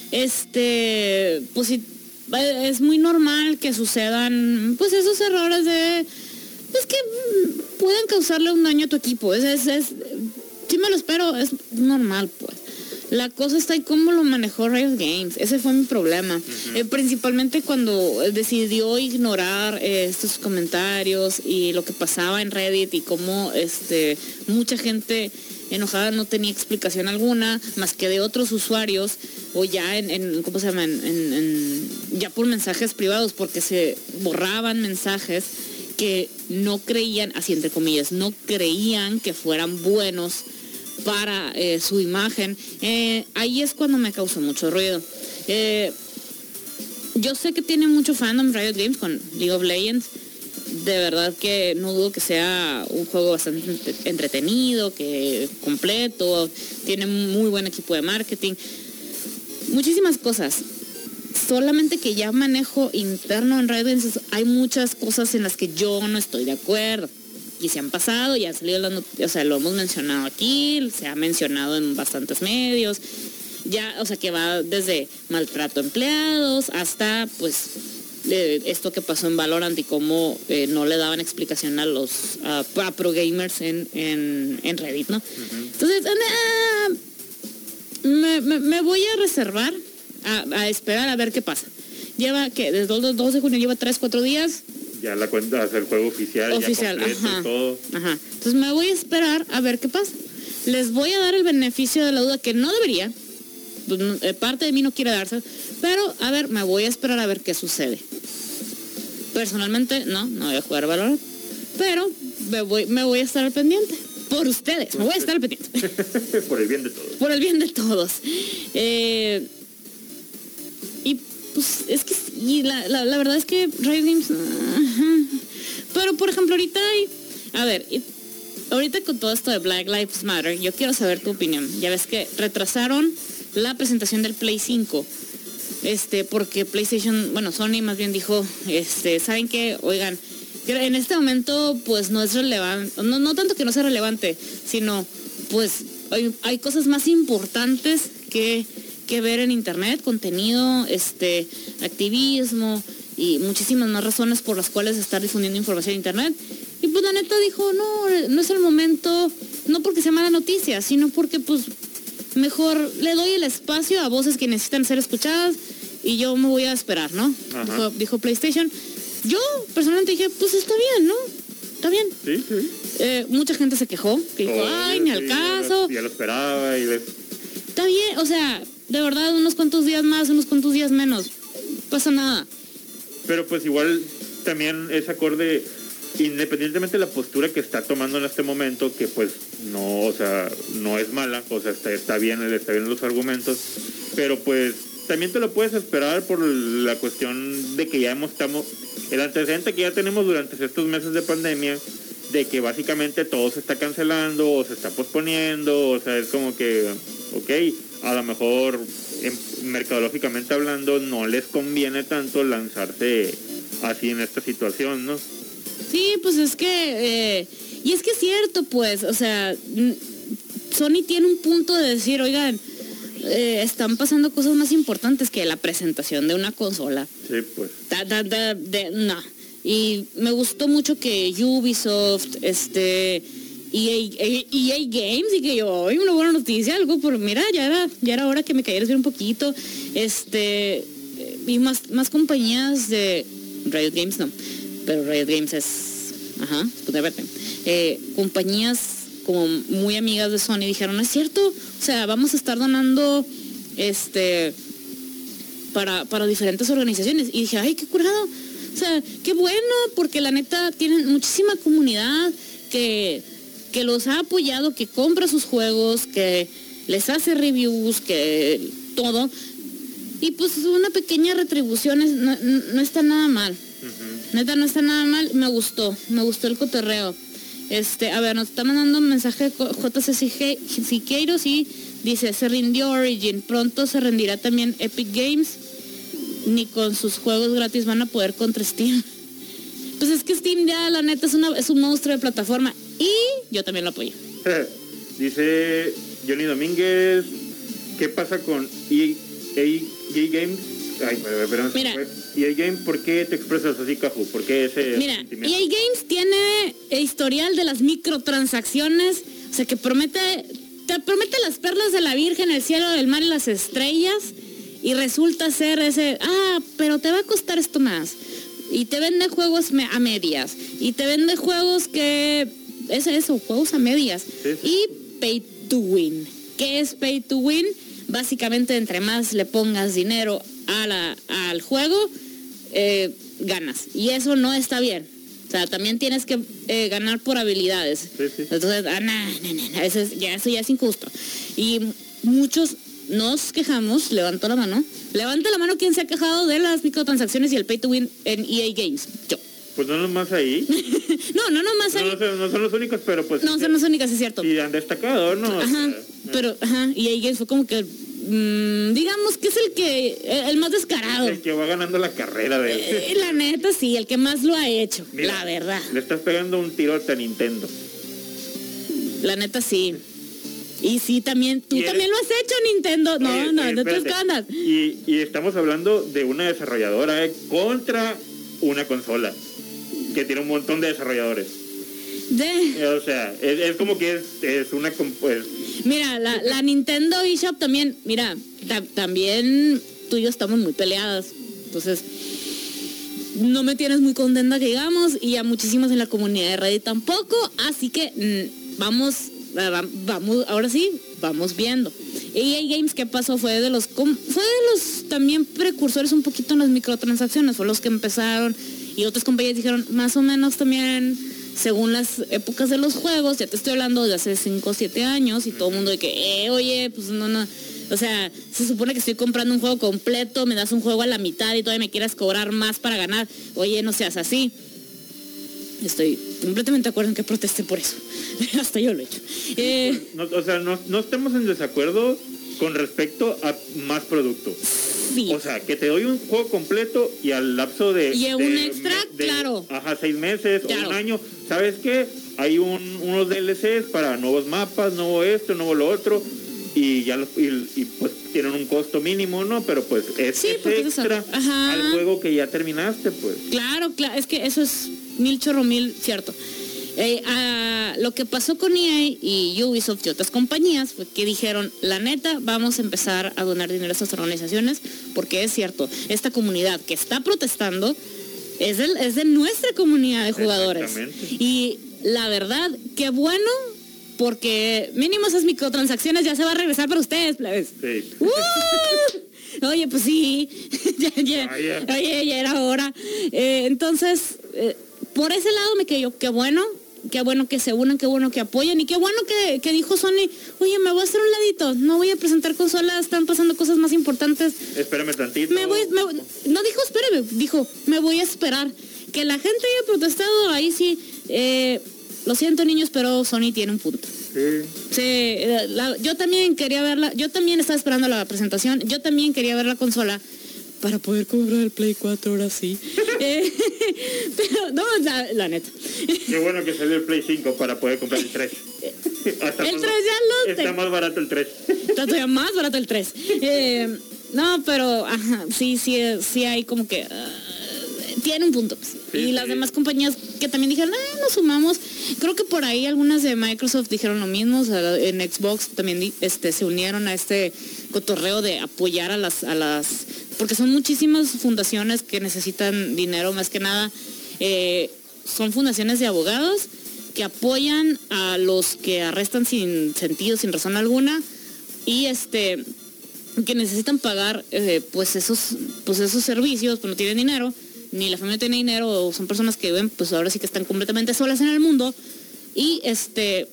este, pues sí, es muy normal que sucedan pues esos errores de, pues que pueden causarle un daño a tu equipo. Es, es, es sí me lo espero, es normal pues. La cosa está en cómo lo manejó Riot Games. Ese fue mi problema. Uh-huh. Eh, principalmente cuando decidió ignorar eh, estos comentarios y lo que pasaba en Reddit y cómo este, mucha gente enojada no tenía explicación alguna, más que de otros usuarios, o ya en, en ¿cómo se llama? En, en, en, ya por mensajes privados, porque se borraban mensajes que no creían, así entre comillas, no creían que fueran buenos para eh, su imagen. Eh, ahí es cuando me causó mucho ruido. Eh, yo sé que tiene mucho fandom Riot Games con League of Legends. De verdad que no dudo que sea un juego bastante entretenido, que completo, tiene muy buen equipo de marketing, muchísimas cosas. Solamente que ya manejo interno en Riot Games, hay muchas cosas en las que yo no estoy de acuerdo. Y se han pasado, ya han salido las noticias, o sea, lo hemos mencionado aquí, se ha mencionado en bastantes medios, ya, o sea, que va desde maltrato a empleados hasta, pues, eh, esto que pasó en Valorant y cómo eh, no le daban explicación a los a, a pro gamers en, en, en Reddit, ¿no? Uh-huh. Entonces, uh, me, me, me voy a reservar a, a esperar a ver qué pasa. Lleva, que desde el dos de junio lleva tres, cuatro días. Ya la cuenta hacer el juego oficial, oficial, ya completo ajá, y todo. Ajá. Entonces me voy a esperar a ver qué pasa. Les voy a dar el beneficio de la duda, que no debería. Pues, parte de mí no quiere darse. Pero, a ver, me voy a esperar a ver qué sucede. Personalmente, no, no voy a jugar Valorant. Pero me voy, me voy a estar al pendiente. Por ustedes, me voy a estar al pendiente. Por el bien de todos. Por el bien de todos. Eh... Y pues es que y la, la, la verdad es que Riot Games, uh, pero por ejemplo ahorita hay, a ver, y, ahorita con todo esto de Black Lives Matter, yo quiero saber tu opinión. Ya ves que retrasaron la presentación del Play cinco, este, porque PlayStation, bueno, Sony más bien dijo, este, ¿saben qué? Oigan, en este momento pues no es relevante, no, no tanto que no sea relevante, sino pues hay, hay cosas más importantes que que ver en internet, contenido, este, activismo y muchísimas más razones por las cuales estar difundiendo información en internet. Y pues la neta dijo, no, no es el momento, no porque sea mala noticia, sino porque pues mejor le doy el espacio a voces que necesitan ser escuchadas y yo me voy a esperar, ¿no? Dijo, dijo PlayStation. Yo personalmente dije, pues está bien, ¿no? Está bien. Sí, sí. Eh, mucha gente se quejó, que dijo, oh, ay, ni sí, al caso. Ya lo, ya lo esperaba y les... Está bien, o sea, de verdad, unos cuantos días más, unos cuantos días menos. No pasa nada. Pero pues igual también es acorde, independientemente de la postura que está tomando en este momento, que pues no, o sea, no es mala, o sea, está, está bien, está bien los argumentos, pero pues también te lo puedes esperar por la cuestión de que ya hemos, estamos, el antecedente que ya tenemos durante estos meses de pandemia, de que básicamente todo se está cancelando o se está posponiendo, o sea, es como que, ok, a lo mejor en, mercadológicamente hablando no les conviene tanto lanzarse así en esta situación, ¿no? Sí, pues es que, eh, y es que es cierto, pues, o sea, Sony tiene un punto de decir, oigan, eh, están pasando cosas más importantes que la presentación de una consola. Sí, pues. Da, da, da, de, no. Y me gustó mucho que Ubisoft, este, E A, E A Games, y que yo, hoy una buena noticia, algo, por mira, ya era, ya era hora que me cayeras bien un poquito, este, y más, más compañías de Riot Games, no, pero Riot Games es, ajá, puede verte, eh, compañías como muy amigas de Sony dijeron, es cierto, o sea, vamos a estar donando, este, para, para diferentes organizaciones, y dije, ay, qué curado. O sea, qué bueno, porque la neta tienen muchísima comunidad que, que los ha apoyado, que compra sus juegos, que les hace reviews, que todo. Y pues una pequeña retribución es, no, no está nada mal. Uh-huh. Neta, no está nada mal. Me gustó, me gustó el cotorreo. Este, a ver, nos está mandando un mensaje J C Siqueiros y dice, se rindió Origin, pronto se rendirá también Epic Games. Ni con sus juegos gratis van a poder contra Steam. Pues es que Steam ya, la neta, es, una, es un monstruo de plataforma. Y yo también lo apoyo. Dice Johnny Domínguez, ¿qué pasa con E A, E A Games? Ay, pero, pero, Mira, E A Games, ¿por qué te expresas así, Caju? ¿Por qué ese Mira, sentimiento? E A Games tiene historial de las microtransacciones, o sea, que promete, te promete las perlas de la Virgen, el cielo, el mar y las estrellas. Y resulta ser ese, ah, pero te va a costar esto más. Y te vende juegos a medias. Y te vende juegos que, es eso, juegos a medias. Sí, sí. Y pay to win. ¿Qué es pay to win? Básicamente, entre más le pongas dinero a la, al juego, eh, ganas. Y eso no está bien. O sea, también tienes que eh, ganar por habilidades. Sí, sí. Entonces, ah, no, no, no, eso, es, ya, eso ya es injusto. Y muchos... Nos quejamos, levantó la mano. Levanta la mano quien se ha quejado de las microtransacciones y el pay to win en E A Games. Yo. Pues no nomás ahí. no, no nomás ahí. No, no, no son los únicos, pero pues... No son los únicos, es cierto. Y han destacado, ¿no? Ajá, o sea, pero, ajá, E A Games fue como que... Mmm, digamos que es el que... El más descarado. El que va ganando la carrera de... Eh, la neta, sí, el que más lo ha hecho. Mira, la verdad. Le estás pegando un tirote a Nintendo. La neta, sí. Y sí, también, tú eres, también lo has hecho, Nintendo. No, oye, no, oye, no te escondas. Y, y estamos hablando de una desarrolladora eh, contra una consola que tiene un montón de desarrolladores. De... O sea, es, es como que es, es una... Pues... Mira, la, la Nintendo eShop también, mira, ta, también tú y yo estamos muy peleadas. Entonces, no me tienes muy contenta que digamos, y a muchísimos en la comunidad de Reddit tampoco. Así que mmm, vamos... Vamos, ahora sí, vamos viendo. E A Games, ¿qué pasó? Fue de los fue de los también precursores un poquito en las microtransacciones, fue los que empezaron, y otras compañías dijeron, más o menos también, según las épocas de los juegos, ya te estoy hablando de hace cinco o siete años, y todo el mundo de que, eh, oye, pues no, no, o sea, se supone que estoy comprando un juego completo, me das un juego a la mitad y todavía me quieras cobrar más para ganar, oye, no seas así. Estoy completamente de acuerdo en que proteste por eso. Hasta yo lo he hecho. Eh, no, o sea, no, no estemos en desacuerdo con respecto a más producto. Sí. O sea, que te doy un juego completo y al lapso de... Y de, un extra, de, claro. Ajá, seis meses claro. o un año. ¿Sabes qué? Hay un, unos D L Cs para nuevos mapas, nuevo esto, nuevo lo otro. Y ya los, y, y pues tienen un costo mínimo, ¿no? Pero pues es sí, ese extra es al juego que ya terminaste, pues. Claro, claro. Es que eso es... Mil chorro mil, cierto. Eh, a, lo que pasó con E A y Ubisoft y otras compañías fue que dijeron, la neta, vamos a empezar a donar dinero a estas organizaciones, porque es cierto, esta comunidad que está protestando es de, es de nuestra comunidad de jugadores. Y la verdad, qué bueno, porque mínimo esas microtransacciones ya se va a regresar para ustedes, plebes. Sí. Uh, oye, pues sí, ya, ya, oye, ya era hora. Eh, entonces, eh, por ese lado me quedé yo, qué bueno, qué bueno que se unan, qué bueno que apoyan, y qué bueno que, que dijo Sony, oye, me voy a hacer un ladito, no voy a presentar consolas, están pasando cosas más importantes. Espérame tantito. Me voy, me, no dijo espérame, dijo, me voy a esperar. Que la gente haya protestado, ahí sí, eh, lo siento niños, pero Sony tiene un punto. Sí. Sí, la, yo también quería verla, yo también estaba esperando la presentación, yo también quería ver la consola para poder comprar el Play cuatro ahora sí. eh, pero no, la, la neta. Qué bueno que salió el Play cinco para poder comprar el tres. Hasta el tres ya lo Está más barato el tres. Está todavía más barato el tres. Eh, no, pero ajá, sí, sí, sí hay como que... Uh, tiene un punto. Sí, y sí. Las demás compañías que también dijeron, eh, nos sumamos. Creo que por ahí algunas de Microsoft dijeron lo mismo. O sea, en Xbox también este, se unieron a este cotorreo de apoyar a las... A las porque son muchísimas fundaciones que necesitan dinero, más que nada. Eh, son fundaciones de abogados que apoyan a los que arrestan sin sentido, sin razón alguna, y este que necesitan pagar eh, pues esos pues esos servicios, pues no tienen dinero, ni la familia tiene dinero, o son personas que ven, pues ahora sí que están completamente solas en el mundo, y este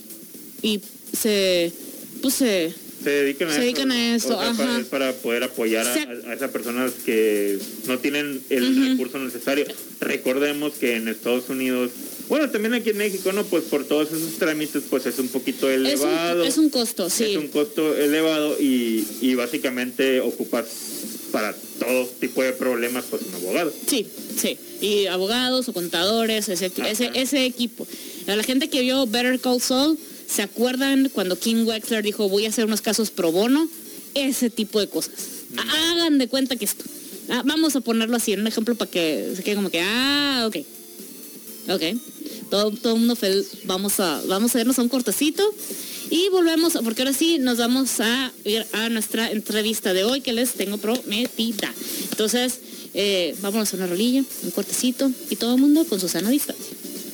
y se pues se se dedican a se eso, dedican a eso, o sea, ajá. para, es para poder apoyar a, a esas personas que no tienen el uh-huh. recurso necesario. Recordemos que en Estados Unidos, bueno, también aquí en México, no, pues por todos esos trámites, pues es un poquito elevado. Es un, es un costo, sí. Es un costo elevado y, y básicamente ocupas para todo tipo de problemas, pues un abogado. Sí, sí. Y abogados o contadores, ese, ese, ese equipo. A la gente que vio Better Call Saul, ¿se acuerdan cuando Kim Wexler dijo voy a hacer unos casos pro bono? Ese tipo de cosas. Mm. Hagan de cuenta que esto. Ah, vamos a ponerlo así en un ejemplo para que se quede como que, ah, ok. Ok. Todo, todo el mundo feliz. Vamos a, vamos a irnos a un cortecito y volvemos, porque ahora sí nos vamos a ir a nuestra entrevista de hoy que les tengo prometida. Entonces, eh, vámonos a una rolilla, un cortecito y todo el mundo con su sana distancia.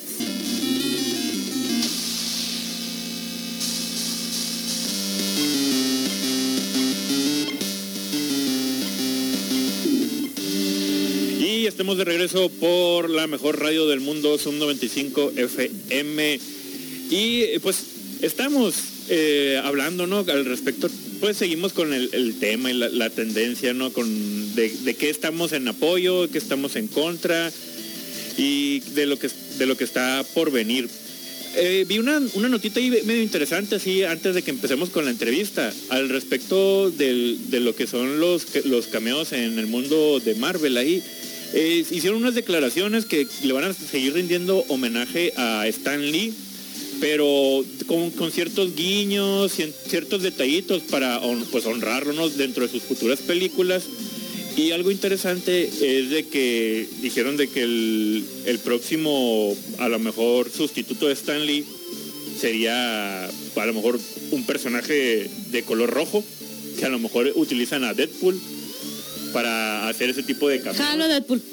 Y estamos de regreso por la mejor radio del mundo, Zoom noventa y cinco F M. Y pues estamos eh, hablando, ¿no? Al respecto, pues seguimos con el, el tema y la, la tendencia, ¿no? Con de, de qué estamos en apoyo, de qué estamos en contra y de lo que de lo que está por venir. Eh, vi una, una notita ahí medio interesante así antes de que empecemos con la entrevista al respecto del, de lo que son los, los cameos en el mundo de Marvel ahí. Eh, hicieron unas declaraciones que le van a seguir rindiendo homenaje a Stan Lee, pero con, con ciertos guiños, ciertos detallitos para pues, honrarnos dentro de sus futuras películas. Y algo interesante es de que dijeron de que el, el próximo, a lo mejor, sustituto de Stan Lee sería a lo mejor un personaje de color rojo, que a lo mejor utilizan a Deadpool para hacer ese tipo de cambios. Jalo Deadpool.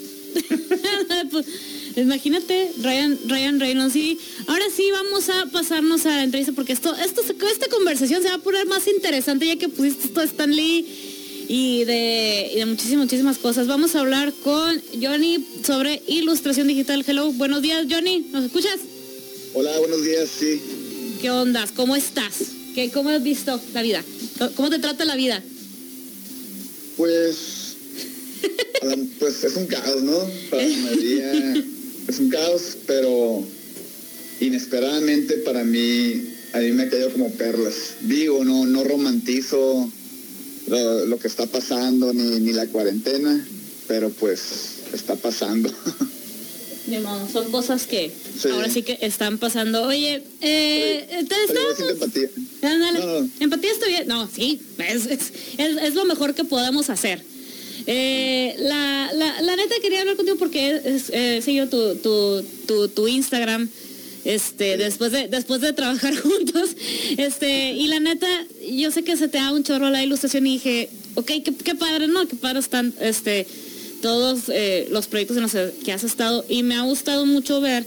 Imagínate, Ryan, Ryan Reynolds. Y ahora sí vamos a pasarnos a la entrevista porque esto, esto, esta conversación se va a poner más interesante ya que pusiste esto de Stan Lee y de, y de muchísimas, muchísimas cosas. Vamos a hablar con Johnny sobre ilustración digital. Hello, buenos días, Johnny, ¿nos escuchas? Hola, buenos días, sí. ¿Qué onda? ¿Cómo estás? ¿Qué, ¿Cómo has visto la vida? ¿Cómo te trata la vida? Pues, pues es un caos, ¿no? Para la mayoría es un caos, pero inesperadamente para mí, a mí me ha caído como perlas. Digo, no, no romantizo lo, lo que está pasando, ni, ni la cuarentena, pero pues está pasando. De modo, son cosas que sí. Ahora sí que están pasando. Oye, eh, sí, te estamos... empatía. Ándale. No, no. Empatía está bien. No, sí, es, es, es, es lo mejor que podemos hacer. Eh, la, la, la neta quería hablar contigo porque es, eh, seguido tu, tu, tu, tu Instagram este, sí. después de después de trabajar juntos. Este, y la neta, yo sé que se te da un chorro la ilustración y dije, ok, qué, qué padre, ¿no? Qué padre están este, todos eh, los proyectos en los que has estado. Y me ha gustado mucho ver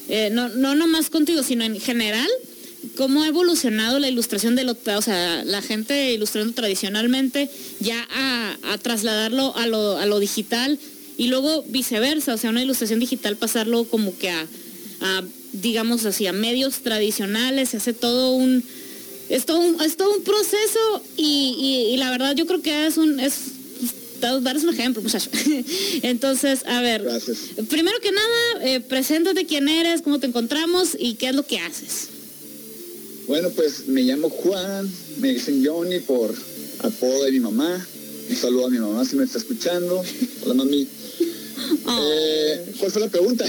eh, no, no nomás contigo, sino en general, cómo ha evolucionado la ilustración de lo, o sea, la gente ilustrando tradicionalmente ya a, a trasladarlo a lo, a lo digital y luego viceversa, o sea, una ilustración digital pasarlo como que a, a digamos así, a medios tradicionales, se hace todo un, es todo un, es todo un proceso y, y, y la verdad yo creo que es un, es, dar un ejemplo, muchacho. Entonces, a ver, gracias. Primero que nada, eh, preséntate quién eres, cómo te encontramos y qué es lo que haces. Bueno, pues me llamo Juan, me dicen Johnny por apodo de mi mamá. Un saludo a mi mamá si me está escuchando. Hola, mami. Oh. Eh, ¿Cuál fue la pregunta?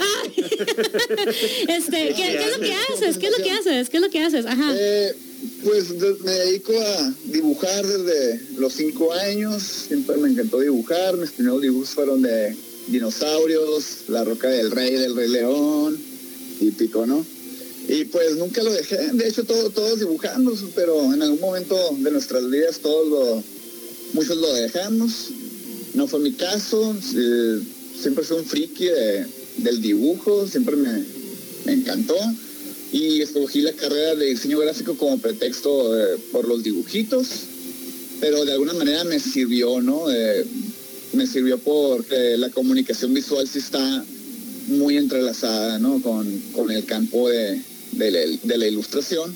este, ¿qué, ¿qué es lo que haces? ¿Qué es lo que haces? ¿Qué es lo que haces? Ajá. Eh, pues de, me dedico a dibujar desde los cinco años. Siempre me encantó dibujar. Mis primeros dibujos fueron de dinosaurios, La Roca del Rey, del Rey León, típico, ¿no? Y pues nunca lo dejé. De hecho, todo, todos dibujando, pero en algún momento de nuestras vidas todos lo, muchos lo dejamos. No fue mi caso. Eh, siempre fui un friki de, del dibujo, siempre me, me encantó. Y escogí la carrera de diseño gráfico como pretexto eh, por los dibujitos, pero de alguna manera me sirvió, ¿no? Eh, me sirvió porque la comunicación visual sí está muy entrelazada, ¿no? Con, con el campo de, de, la, de la ilustración.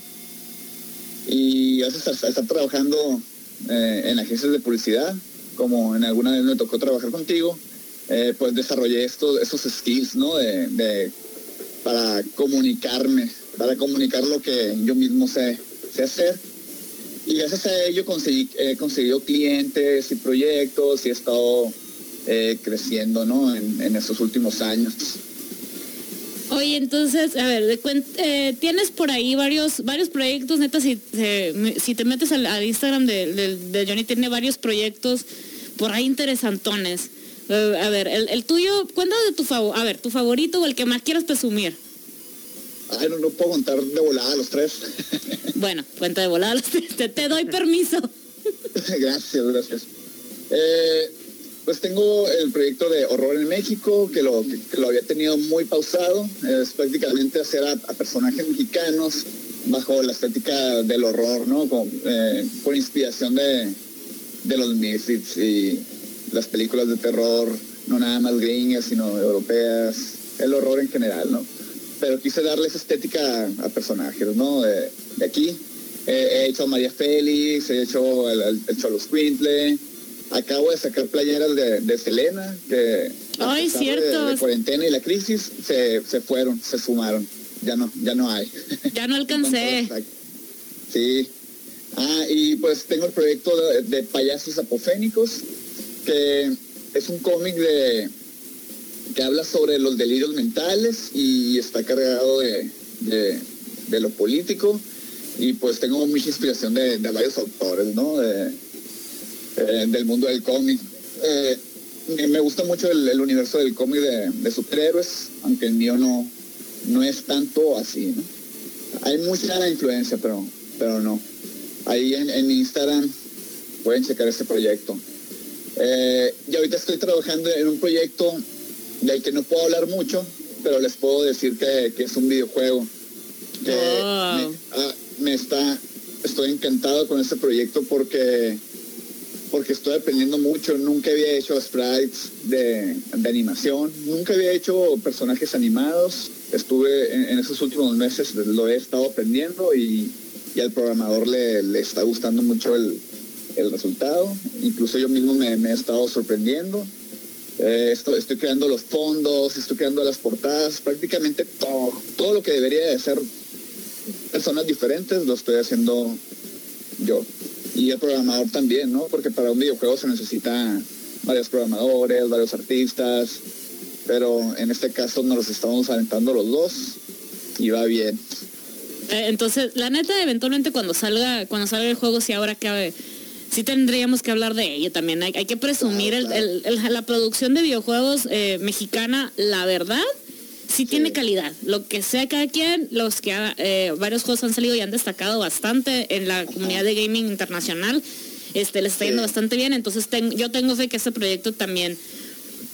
Y gracias a estar, a estar trabajando eh, en agencias de publicidad, como en alguna vez me tocó trabajar contigo, eh, pues desarrollé estos, esos skills, ¿no? De, de, para comunicarme, para comunicar lo que yo mismo sé, sé hacer. Y gracias a ello conseguí, he conseguido clientes y proyectos y he estado eh, creciendo, ¿no? En, en estos últimos años. Oye, entonces, a ver, de cuen- eh, tienes por ahí varios varios proyectos, neta, si, eh, si te metes al, al Instagram de, de, de Johnny, tiene varios proyectos por ahí interesantones. Uh, a ver, el, el tuyo, cuéntame de tu favor, a ver, tu favorito o el que más quieras presumir. Ay, no, no puedo contar de volada los tres. Bueno, cuenta de volada los tres, te, te doy permiso. Gracias, gracias. Eh, pues tengo el proyecto de Horror en México, que lo, que, que lo había tenido muy pausado. Es prácticamente hacer a, a personajes mexicanos bajo la estética del horror, ¿no? Con, eh, con inspiración de, de los Misfits y las películas de terror, no nada más gringas, sino europeas, el horror en general, ¿no? Pero quise darle esa estética a, a personajes, ¿no? De, de aquí. Eh, he hecho a María Félix, he hecho el, el, el Cholo Squintle. Acabo de sacar playeras de, de Selena, que Ay, a cierto. De, de la cuarentena y la crisis se, se fueron, se sumaron. Ya no, ya no hay. Ya no alcancé. Sí. Ah, y pues tengo el proyecto de, de Payasos Apofénicos, que es un cómic de que habla sobre los delirios mentales y está cargado de, de, de lo político. Y pues tengo mucha inspiración de, de varios autores, ¿no? De, eh, del mundo del cómic. Eh, me gusta mucho el, el universo del cómic de, de superhéroes, aunque el mío no, no es tanto así, ¿no? Hay mucha influencia, pero, pero no. Ahí en, en mi Instagram pueden checar este proyecto. Eh, y ahorita estoy trabajando en un proyecto del que no puedo hablar mucho, pero les puedo decir que, que es un videojuego. Que oh. me, ah, me está, estoy encantado con este proyecto porque, porque estoy aprendiendo mucho. Nunca había hecho sprites de, de animación, nunca había hecho personajes animados. Estuve en, en esos últimos meses, lo he estado aprendiendo y, y al programador le, le está gustando mucho el, el resultado. Incluso yo mismo me, me he estado sorprendiendo. Eh, estoy, estoy creando los fondos, estoy creando las portadas, prácticamente todo, todo lo que debería de ser personas diferentes lo estoy haciendo yo. Y el programador también, ¿no? Porque para un videojuego se necesita varios programadores, varios artistas, pero en este caso nos los estamos aventando los dos y va bien. Eh, entonces, la neta, eventualmente cuando salga, cuando salga el juego, si ahora cabe, sí tendríamos que hablar de ello también. Hay, hay que presumir claro, claro. El, el, el, la producción de videojuegos eh, mexicana, la verdad, sí, sí tiene calidad. Lo que sea cada quien, los que eh, varios juegos han salido y han destacado bastante en la Ajá. comunidad de gaming internacional, este les está yendo sí. bastante bien. Entonces ten, yo tengo fe que este proyecto también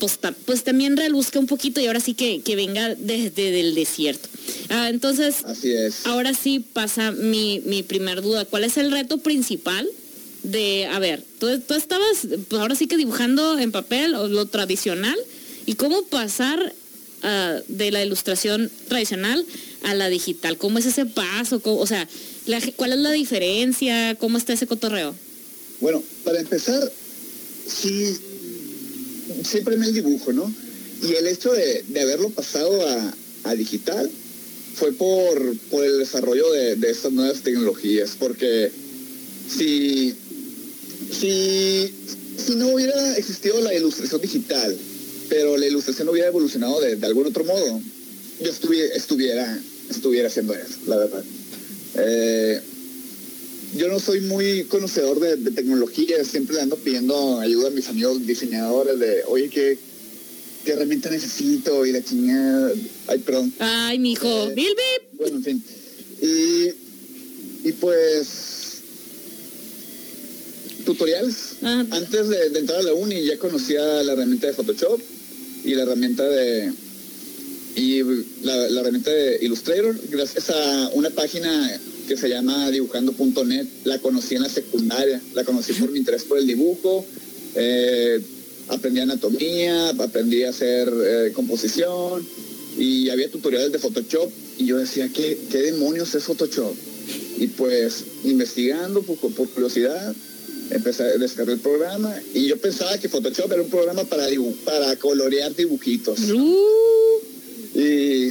pues, ta, pues también reluzca un poquito y ahora sí que, que venga desde el desierto. Ah, entonces, así es. Ahora sí pasa mi, mi primer duda. ¿Cuál es el reto principal de, a ver, tú, tú estabas, pues ahora sí que dibujando en papel o lo tradicional, y cómo pasar uh, de la ilustración tradicional a la digital? ¿Cómo es ese paso? ¿Cómo, o sea, la, ¿cuál es la diferencia? ¿Cómo está ese cotorreo? Bueno, para empezar, sí, siempre en el dibujo, ¿no? Y el hecho de, de haberlo pasado a, a digital fue por, por el desarrollo de, de estas nuevas tecnologías, porque si, si, si no hubiera existido la ilustración digital, pero la ilustración hubiera evolucionado de, de algún otro modo, yo estuviera, estuviera, estuviera haciendo eso, la verdad. Eh, yo no soy muy conocedor de, de tecnología, siempre le ando pidiendo ayuda a mis amigos diseñadores de, oye, ¿qué, qué herramienta necesito? Y la chingada, ay, perdón. Ay, mijo, eh, bil, bip. Bueno, en fin. Y, y pues, tutoriales. Ah. Antes de, de entrar a la uni ya conocía la herramienta de Photoshop y la herramienta de y la, la herramienta de Illustrator, gracias a una página que se llama dibujando punto net. La conocí en la secundaria, la conocí por mi interés por el dibujo, eh, aprendí anatomía, aprendí a hacer eh, composición, y había tutoriales de Photoshop, y yo decía, ¿qué, qué demonios es Photoshop? Y pues, investigando por, por curiosidad, empecé a descargar el programa, y yo pensaba que Photoshop era un programa para dibu- para colorear dibujitos. Uh. Y,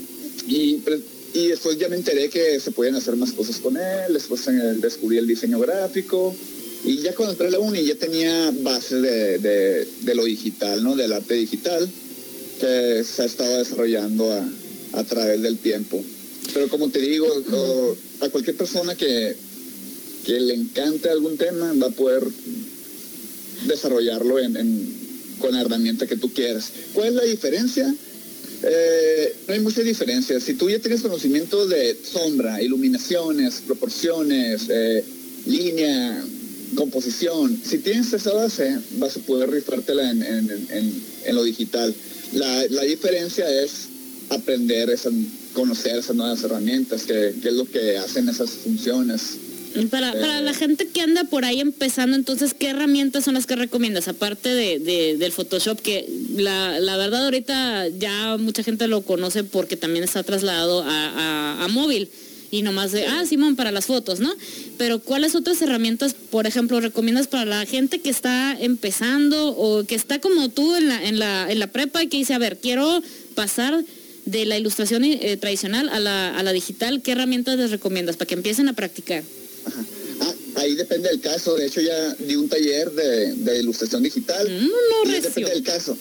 y, y después ya me enteré que se podían hacer más cosas con él, después descubrí el diseño gráfico, y ya cuando entré a la uni ya tenía bases de, de, de lo digital, ¿no? Del arte digital, que se ha estado desarrollando a, a través del tiempo. Pero como te digo, o, a cualquier persona que, que le encante algún tema va a poder desarrollarlo en, en, con la herramienta que tú quieras. ¿Cuál es la diferencia? Eh, no hay mucha diferencia. Si tú ya tienes conocimiento de sombra, iluminaciones, proporciones, eh, línea, composición, si tienes esa base, vas a poder rifártela en, en, en, en lo digital. La, la diferencia es aprender, esa, conocer esas nuevas herramientas, que, que es lo que hacen esas funciones. Para, eh, para la gente que anda por ahí empezando, entonces, ¿qué herramientas son las que recomiendas? Aparte de, de, del Photoshop, que la, la verdad ahorita ya mucha gente lo conoce porque también está trasladado a, a, a móvil. Y nomás de, ah, Simón, para las fotos, ¿no? Pero ¿cuáles otras herramientas, por ejemplo, recomiendas para la gente que está empezando o que está como tú en la, en la, en la prepa y que dice, a ver, quiero pasar de la ilustración eh, tradicional a la, a la digital? ¿Qué herramientas les recomiendas para que empiecen a practicar? Ajá. Ah, ahí depende del caso. De hecho, ya di un taller de, de ilustración digital. Mm, no, y depende del caso.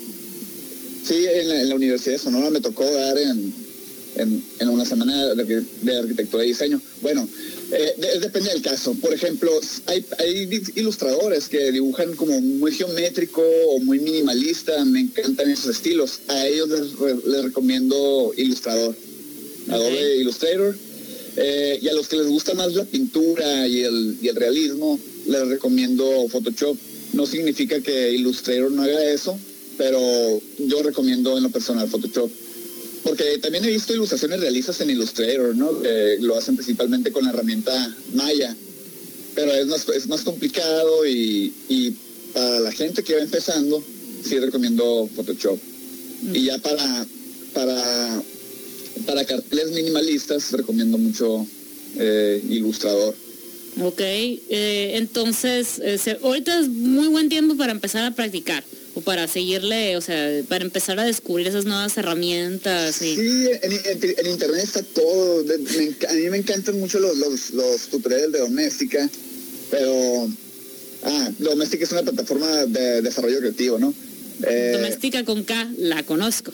Sí, en la, en la Universidad de Sonora me tocó dar en, en, en una semana de, de arquitectura y diseño. Bueno, eh, de, depende del caso. Por ejemplo, hay, hay ilustradores que dibujan como muy geométrico o muy minimalista. Me encantan esos estilos. A ellos les, les recomiendo Illustrator, okay. Adobe Illustrator. Eh, y a los que les gusta más la pintura y el, y el realismo, les recomiendo Photoshop. No significa que Illustrator no haga eso, pero yo recomiendo en lo personal Photoshop. Porque también he visto ilustraciones realistas en Illustrator, ¿no? Que lo hacen principalmente con la herramienta Maya. Pero es más, es más complicado y, y para la gente que va empezando, sí recomiendo Photoshop. Mm. Y ya para... para Para carteles minimalistas recomiendo mucho eh, Illustrator. Ok, eh, entonces eh, se, ahorita es muy buen tiempo para empezar a practicar o para seguirle, o sea, para empezar a descubrir esas nuevas herramientas. Y... Sí, en, en, en internet está todo. De, me, a mí me encantan mucho los, los, los tutoriales de Doméstica, pero ah, Doméstica es una plataforma de desarrollo creativo, ¿no? Eh, Doméstica con K, la conozco.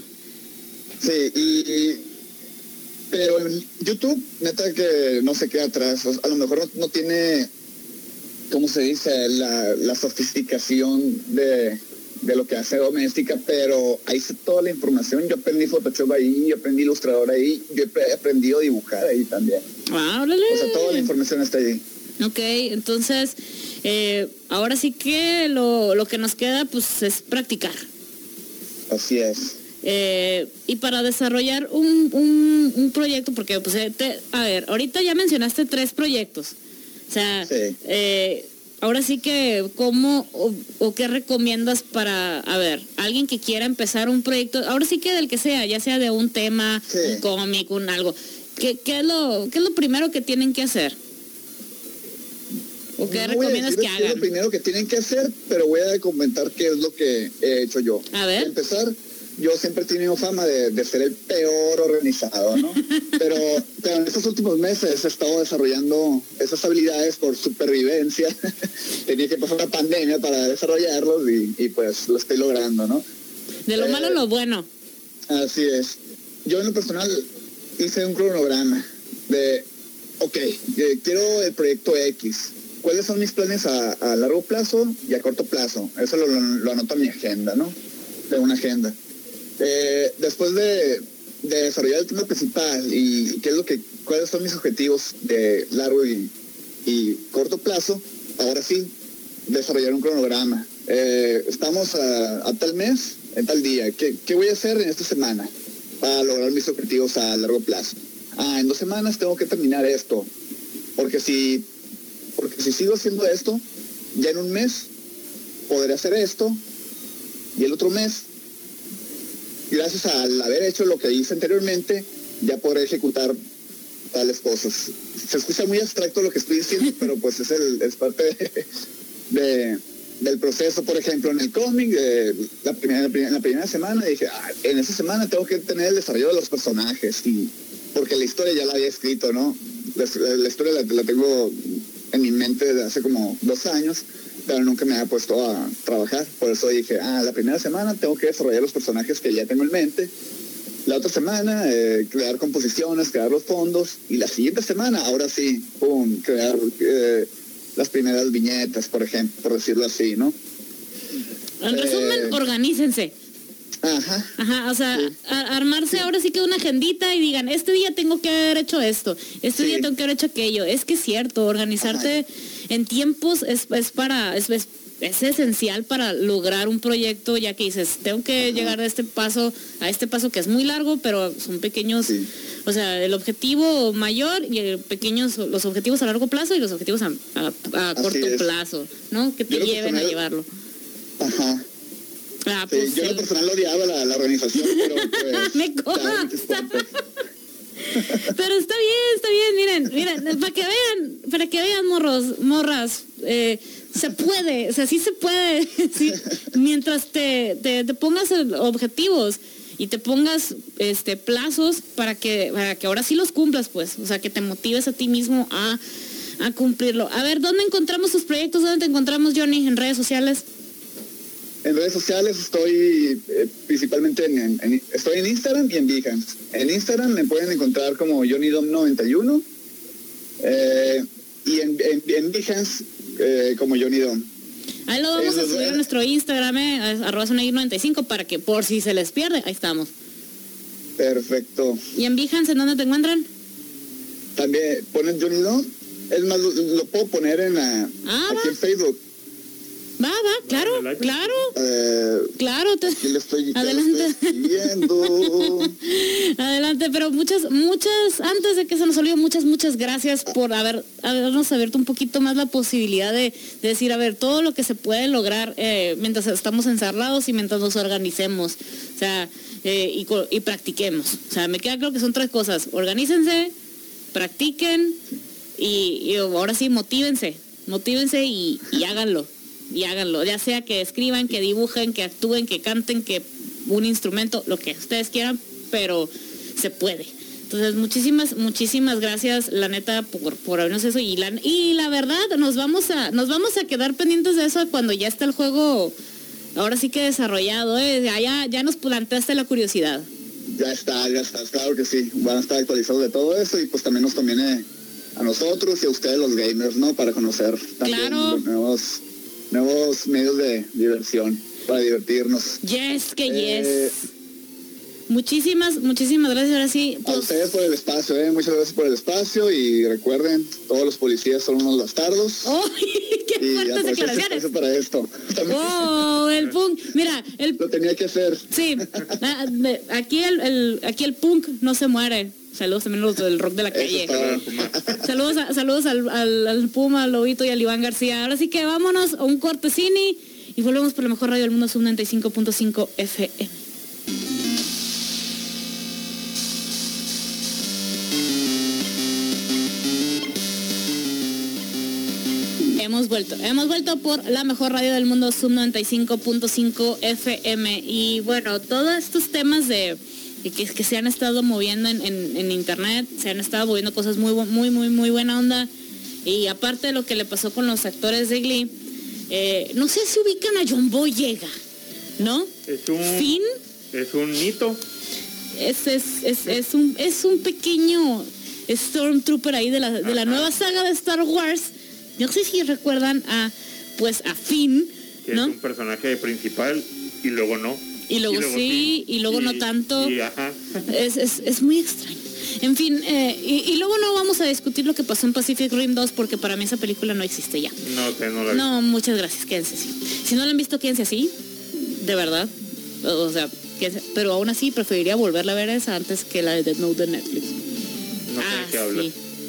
Sí, y, y pero en YouTube, neta que no se queda atrás. A lo mejor no, no tiene, ¿cómo se dice? La, la sofisticación de, de lo que hace Doméstica, pero ahí está toda la información. Yo aprendí Photoshop ahí, yo aprendí Illustrator ahí, yo he aprendido a dibujar ahí también. Ah, órale. O sea, toda la información está ahí. Ok, entonces, eh, ahora sí que lo, lo que nos queda, pues, es practicar. Así es. Eh, y para desarrollar un, un, un proyecto, porque pues, te, a ver, ahorita ya mencionaste tres proyectos. O sea, sí. eh, ahora sí que, ¿cómo o, o qué recomiendas para, a ver, alguien que quiera empezar un proyecto, ahora sí que del que sea, ya sea de un tema, sí. un cómic, un algo, ¿qué, qué, es lo, ¿qué es lo primero que tienen que hacer? ¿O qué no recomiendas que hagan? Es lo primero que tienen que hacer, pero voy a comentar qué es lo que he hecho yo. A ver. Para empezar, yo siempre he tenido fama de, de ser el peor organizado, ¿no? pero, pero en estos últimos meses he estado desarrollando esas habilidades por supervivencia. Tenía que pasar una pandemia para desarrollarlos y, y pues lo estoy logrando, ¿no? De lo eh, malo lo bueno. Así es. Yo en lo personal hice un cronograma de, ok, eh, quiero el proyecto X. ¿Cuáles son mis planes a, a largo plazo y a corto plazo? Eso lo, lo, lo anoto en mi agenda, ¿no? De una agenda. Eh, después de, de desarrollar el tema principal y, y qué es lo que, cuáles son mis objetivos de largo y, y corto plazo, ahora sí, desarrollar un cronograma. Eh, estamos a, a tal mes, en tal día. ¿Qué, ¿Qué voy a hacer en esta semana para lograr mis objetivos a largo plazo? Ah, en dos semanas tengo que terminar esto. Porque si, porque si sigo haciendo esto, ya en un mes podré hacer esto y el otro mes, gracias al haber hecho lo que hice anteriormente, ya podré ejecutar tales cosas. Se escucha muy abstracto lo que estoy diciendo, pero pues es, el, es parte de, de, del proceso. Por ejemplo, en el cómic, eh, la primera, en la primera semana dije, ah, en esa semana tengo que tener el desarrollo de los personajes, y porque la historia ya la había escrito, ¿no? La, la, la historia la, la tengo en mi mente desde hace como dos años, pero nunca me había puesto a trabajar. Por eso dije, ah, la primera semana tengo que desarrollar los personajes que ya tengo en mente. La otra semana, eh, crear composiciones, crear los fondos. Y la siguiente semana, ahora sí, pum, crear eh, las primeras viñetas, por ejemplo, por decirlo así, ¿no? En resumen, eh, organícense. Ajá. Ajá, o sea, sí. a, armarse sí. ahora sí que una agendita y digan, este día tengo que haber hecho esto, este sí. día tengo que haber hecho aquello. Es que es cierto, organizarte Ajá. en tiempos es, es para, es, es, es esencial para lograr un proyecto, ya que dices, tengo que Ajá. llegar a este paso, a este paso que es muy largo, pero son pequeños, sí. o sea, el objetivo mayor y el pequeños, los objetivos a largo plazo y los objetivos a, a, a corto es. plazo, ¿no? Que te Yo lleven a llevarlo. Ajá. Ah, sí, pues yo sí. en lo personal odiaba la, la organización, pero pues... Me consta. Pero está bien, está bien, miren, miren, para que vean, para que vean, morros, morras, eh, se puede, o sea, sí se puede, sí, mientras te, te, te pongas objetivos y te pongas este plazos para que, para que ahora sí los cumplas, pues, o sea, que te motives a ti mismo a, a cumplirlo. A ver, ¿dónde encontramos tus proyectos? ¿Dónde te encontramos, Johnny? ¿En redes sociales? En redes sociales estoy eh, principalmente en, en, en, estoy en Instagram y en Behance. En Instagram me pueden encontrar como Johnny Dom noventa y uno eh, y en, en, en Behance eh, como Johnny Dom. Ahí lo vamos eh, a subir a nuestro Instagram, eh, arroba Sonageek noventa y cinco, para que por si se les pierde, ahí estamos. Perfecto. ¿Y en Behance en dónde te encuentran? También ponen Johnny Dom. Es más, lo, lo puedo poner en la, ah, aquí va. en Facebook. Va, va, claro, claro, eh, claro. Te... Aquí le estoy, adelante. Viendo. Adelante, pero muchas, muchas, antes de que se nos olvide, muchas, muchas gracias por haber, habernos abierto un poquito más la posibilidad de, de decir, a ver, todo lo que se puede lograr eh, mientras estamos encerrados y mientras nos organicemos, o sea, eh, y, y practiquemos. O sea, me queda claro que son tres cosas: organícense, practiquen y, y ahora sí, motívense, motívense y, y háganlo. Y háganlo, ya sea que escriban, que dibujen, que actúen, que canten, que un instrumento, lo que ustedes quieran, pero se puede. Entonces, muchísimas, muchísimas gracias, la neta, por, por abrirnos eso. Y la, y la verdad, nos vamos a, nos vamos a quedar pendientes de eso cuando ya está el juego, ahora sí que desarrollado, ¿eh? Ya, ya, ya nos planteaste la curiosidad. Ya está, ya está, claro que sí. Van a estar actualizados de todo eso y pues también nos conviene a nosotros y a ustedes los gamers, ¿no? Para conocer también claro. los nuevos... nuevos medios de diversión para divertirnos. Yes, que eh, yes. muchísimas, muchísimas gracias. Ahora sí. Pues... A ustedes por el espacio, ¿eh? Muchas gracias por el espacio y recuerden, todos los policías son unos bastardos. ¡Oh! ¡Qué fuertes declaraciones! Eso para esto. ¡Oh! El punk. Mira, el... Lo tenía que hacer. Sí. Aquí el, el, aquí el punk no se muere. Saludos también a los del rock de la calle. Saludos, a, saludos al, al, al Puma, al Lobito y al Iván García. Ahora sí que vámonos a un cortesini y volvemos por la mejor radio del mundo, Sub noventa y cinco punto cinco F M. Hemos vuelto, hemos vuelto por la mejor radio del mundo, Sub noventa y cinco punto cinco F M. Y bueno, todos estos temas de que, que se han estado moviendo en, en, en internet, se han estado moviendo cosas muy, muy, muy, muy buena onda. Y aparte de lo que le pasó con los actores de Glee, eh, no sé si ubican a John Boyega, ¿no? Es un... Finn. Es un mito. Es, es, es, es, un, es un pequeño Stormtrooper ahí de la, de la nueva saga de Star Wars. No sé si recuerdan a, pues, a Finn, que ¿no? Es un personaje principal y luego no. Y luego, y luego sí, sí, y luego y, no tanto. Y, ajá. Es, es, es muy extraño. En fin, eh, y, y luego no vamos a discutir lo que pasó en Pacific Rim dos, porque para mí esa película no existe ya. No sé, no la vi. No, muchas gracias, quédense así. Si no la han visto, quédense así, de verdad. O, o sea, quédense, pero aún así preferiría volverla a ver esa antes que la de Death Note de Netflix. No sé ah, de qué hablas. Sí.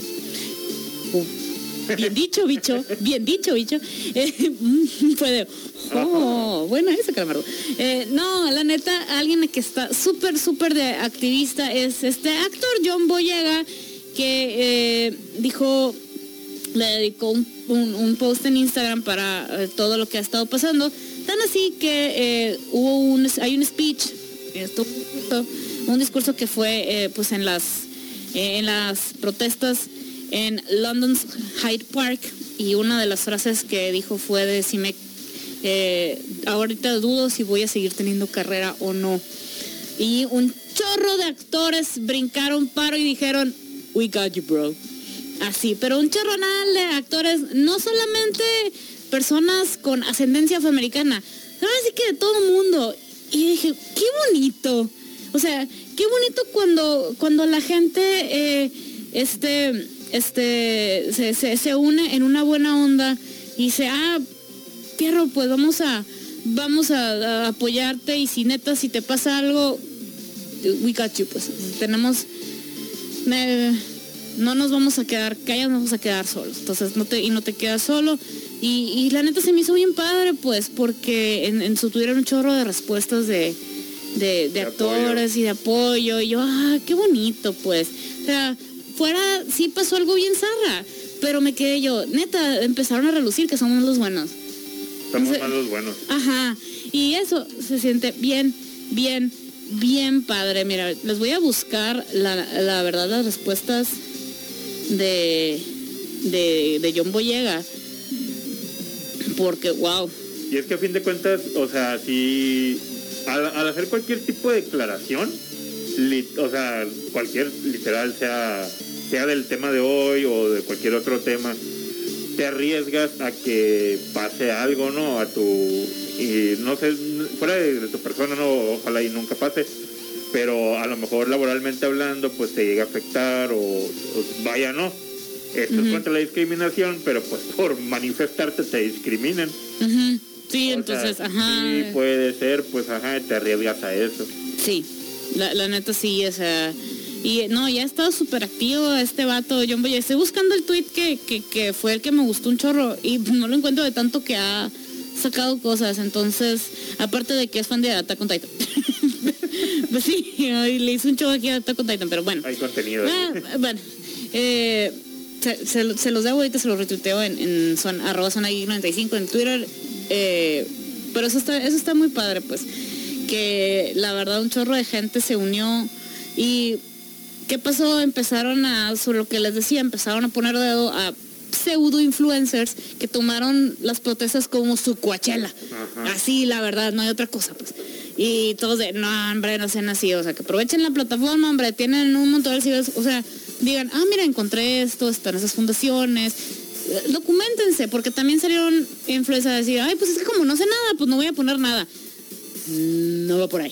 Uh. Bien dicho, bicho. Bien dicho, bicho. Eh, puede. Oh, buena esa, Calamardo. Eh, no, la neta, alguien que está súper, súper de activista es este actor John Boyega, que eh, dijo, le dedicó un, un, un post en Instagram para eh, todo lo que ha estado pasando. Tan así que eh, hubo un, hay un speech, esto, un discurso que fue eh, pues en las, eh, en las protestas en London's Hyde Park, y una de las frases que dijo fue de si me eh, ahorita dudo si voy a seguir teniendo carrera o no. Y un chorro de actores brincaron paro y dijeron we got you, bro. Así, pero un chorronal de actores, no solamente personas con ascendencia afroamericana, ahora sí que de todo el mundo. Y dije, qué bonito. O sea, qué bonito cuando, cuando la gente eh, este este se, se, se une en una buena onda y dice, ah, Pierro, pues vamos a vamos a, a apoyarte, y si neta, si te pasa algo, we got you, pues tenemos eh, no nos vamos a quedar callados, nos vamos a quedar solos, entonces no te y no te quedas solo. Y, y la neta se me hizo bien padre, pues, porque en, en su Twitter un chorro de respuestas de de, de, de actores apoyo. Y de apoyo, y yo, ah, qué bonito, pues, o sea, fuera, sí pasó algo bien zarra, pero me quedé yo, neta, empezaron a relucir que somos los buenos. Somos Entonces, más los buenos. Ajá, y eso se siente bien, bien, bien padre. Mira, les voy a buscar la, la verdad, las respuestas de, de, de John Boyega, porque, wow. Y es que a fin de cuentas, o sea, si al, al hacer cualquier tipo de declaración, li, o sea, cualquier literal, sea... sea del tema de hoy o de cualquier otro tema, te arriesgas a que pase algo, ¿no? A tu, y no sé, fuera de, de tu persona, no, ojalá y nunca pase, pero a lo mejor laboralmente hablando, pues te llega a afectar o, o vaya, ¿no? Esto uh-huh. es contra la discriminación, pero pues por manifestarte te discriminan. Uh-huh. Sí, o entonces, sea, ajá. Sí, puede ser, pues, ajá, te arriesgas a eso. Sí, la, la neta sí, o sea... Y no, ya ha estado súper activo este vato, John Boyega. Estoy buscando el tweet que, que, que fue el que me gustó un chorro y no lo encuentro de tanto que ha sacado cosas. Entonces, aparte de que es fan de Attack on Titan. Pues sí, le hizo un chorro aquí a Attack on Titan, pero bueno. Hay contenido. Ah, bueno, eh, se, se, se los debo ahorita, se los retuiteo en, en son, arroba zona geek noventa y cinco en Twitter. Eh, pero eso está, eso está muy padre, pues. Que la verdad un chorro de gente se unió y... ¿qué pasó? Empezaron a, sobre lo que les decía, empezaron a poner dedo a pseudo influencers que tomaron las protestas como su Coachella. Ajá. Así, la verdad, no hay otra cosa, pues. Y todos de, no, hombre, no sean así, o sea, que aprovechen la plataforma, hombre, tienen un montón de seguidores, o sea, digan, ah, mira, encontré esto, están esas fundaciones, documentense, porque también salieron influencers a decir, ay, pues es que como no sé nada, pues no voy a poner nada. No va por ahí. No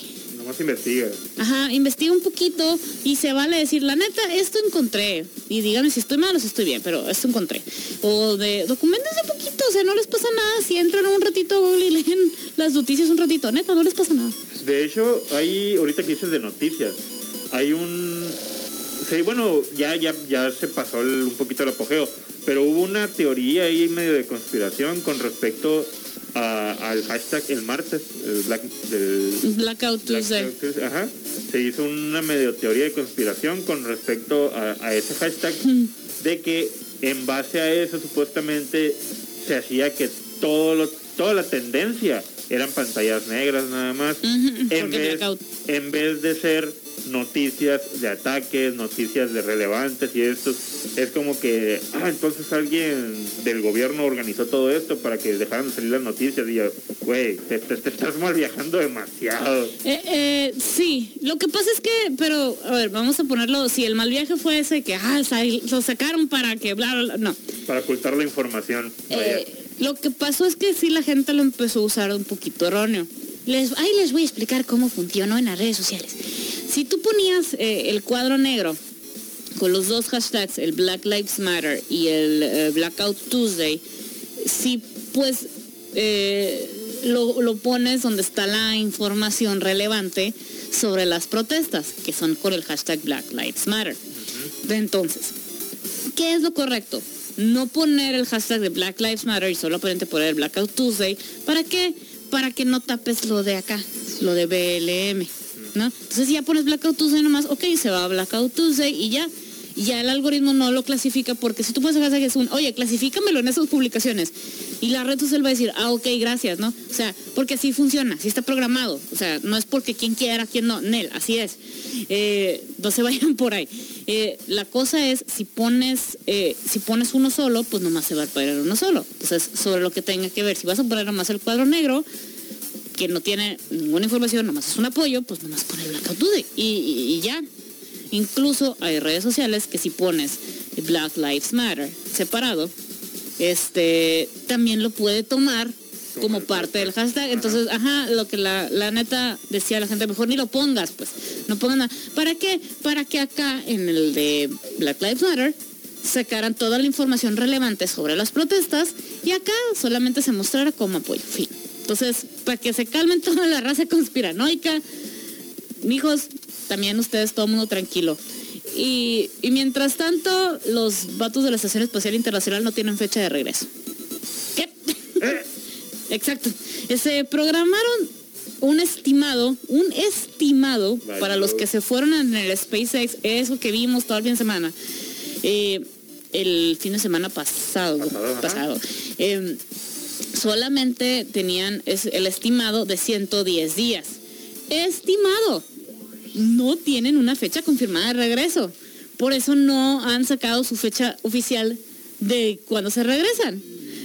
nomás investiga. Ajá, investiga un poquito y se vale decir, la neta, esto encontré. Y díganme si estoy mal o si estoy bien, pero esto encontré. O de, documentense un poquito, o sea, no les pasa nada si entran un ratito a Google y leen las noticias un ratito. Neta, no les pasa nada. De hecho, hay, ahorita que dices de noticias, hay un... Sí, bueno, ya, ya, ya se pasó el, un poquito el apogeo, pero hubo una teoría ahí medio de conspiración con respecto a, al hashtag el martes, el Black, del, Blackout Tuesday. Black Tuesday. Ajá. Se hizo una medio teoría de conspiración con respecto a, a ese hashtag, mm. de que en base a eso supuestamente se hacía que todo lo, toda la tendencia eran pantallas negras nada más, uh-huh, en, vez, en vez de ser noticias de ataques, noticias de relevantes y esto. Es como que, ah, entonces alguien del gobierno organizó todo esto para que dejaran de salir las noticias. Y yo, güey, te, te, te estás mal viajando demasiado. Eh, eh, sí, lo que pasa es que, pero, a ver, vamos a ponerlo, si el mal viaje fue ese que, ah, lo sacaron para que, bla, bla, bla, no. Para ocultar la información. Eh, lo que pasó es que sí, la gente lo empezó a usar un poquito erróneo. Les, ahí les voy a explicar cómo funcionó en las redes sociales. Si tú ponías eh, el cuadro negro con los dos hashtags, el Black Lives Matter y el eh, Blackout Tuesday, si pues eh, lo, lo pones donde está la información relevante sobre las protestas, que son con el hashtag Black Lives Matter. Uh-huh. Entonces, ¿qué es lo correcto? No poner el hashtag de Black Lives Matter y solo poner el Blackout Tuesday. ¿Para qué? Para que no tapes lo de acá, lo de B L M, ¿no? Entonces si ya pones Blackout Tuesday nomás, ok, se va a Blackout Tuesday y ya, y ya el algoritmo no lo clasifica, porque si tú pones el hashtag es un, oye, clasifícamelo en esas publicaciones, y la red social va a decir, ah, ok, gracias, ¿no? O sea, porque así funciona, así está programado, o sea, no es porque quien quiera, quien no, Nel, así es. Eh, no se vayan por ahí. Eh, la cosa es, si pones eh, si pones uno solo, pues nomás se va a poner uno solo. Entonces, sobre lo que tenga que ver, si vas a poner nomás el cuadro negro, que no tiene ninguna información, nomás es un apoyo, pues nomás pone Blackout Tuesday y, y, y ya. Incluso hay redes sociales que si pones Black Lives Matter separado, este también lo puede tomar como parte del hashtag. Entonces, ajá, lo que la, la neta decía la gente, mejor ni lo pongas, pues, no pongan nada. ¿Para qué? Para que acá, en el de Black Lives Matter, sacaran toda la información relevante sobre las protestas y acá solamente se mostrara como apoyo, fin. Entonces, para que se calmen toda la raza conspiranoica, mijos, también ustedes, todo el mundo tranquilo. Y, y mientras tanto, los vatos de la Estación Espacial Internacional no tienen fecha de regreso. ¿Qué? Exacto. Se programaron un estimado, un estimado Vaya. para los que se fueron en el SpaceX, eso que vimos todo el fin de semana, eh, el fin de semana pasado, pasado, pasado eh, solamente tenían es, el estimado de ciento diez días. Estimado. No tienen una fecha confirmada de regreso. Por eso no han sacado su fecha oficial de cuando se regresan.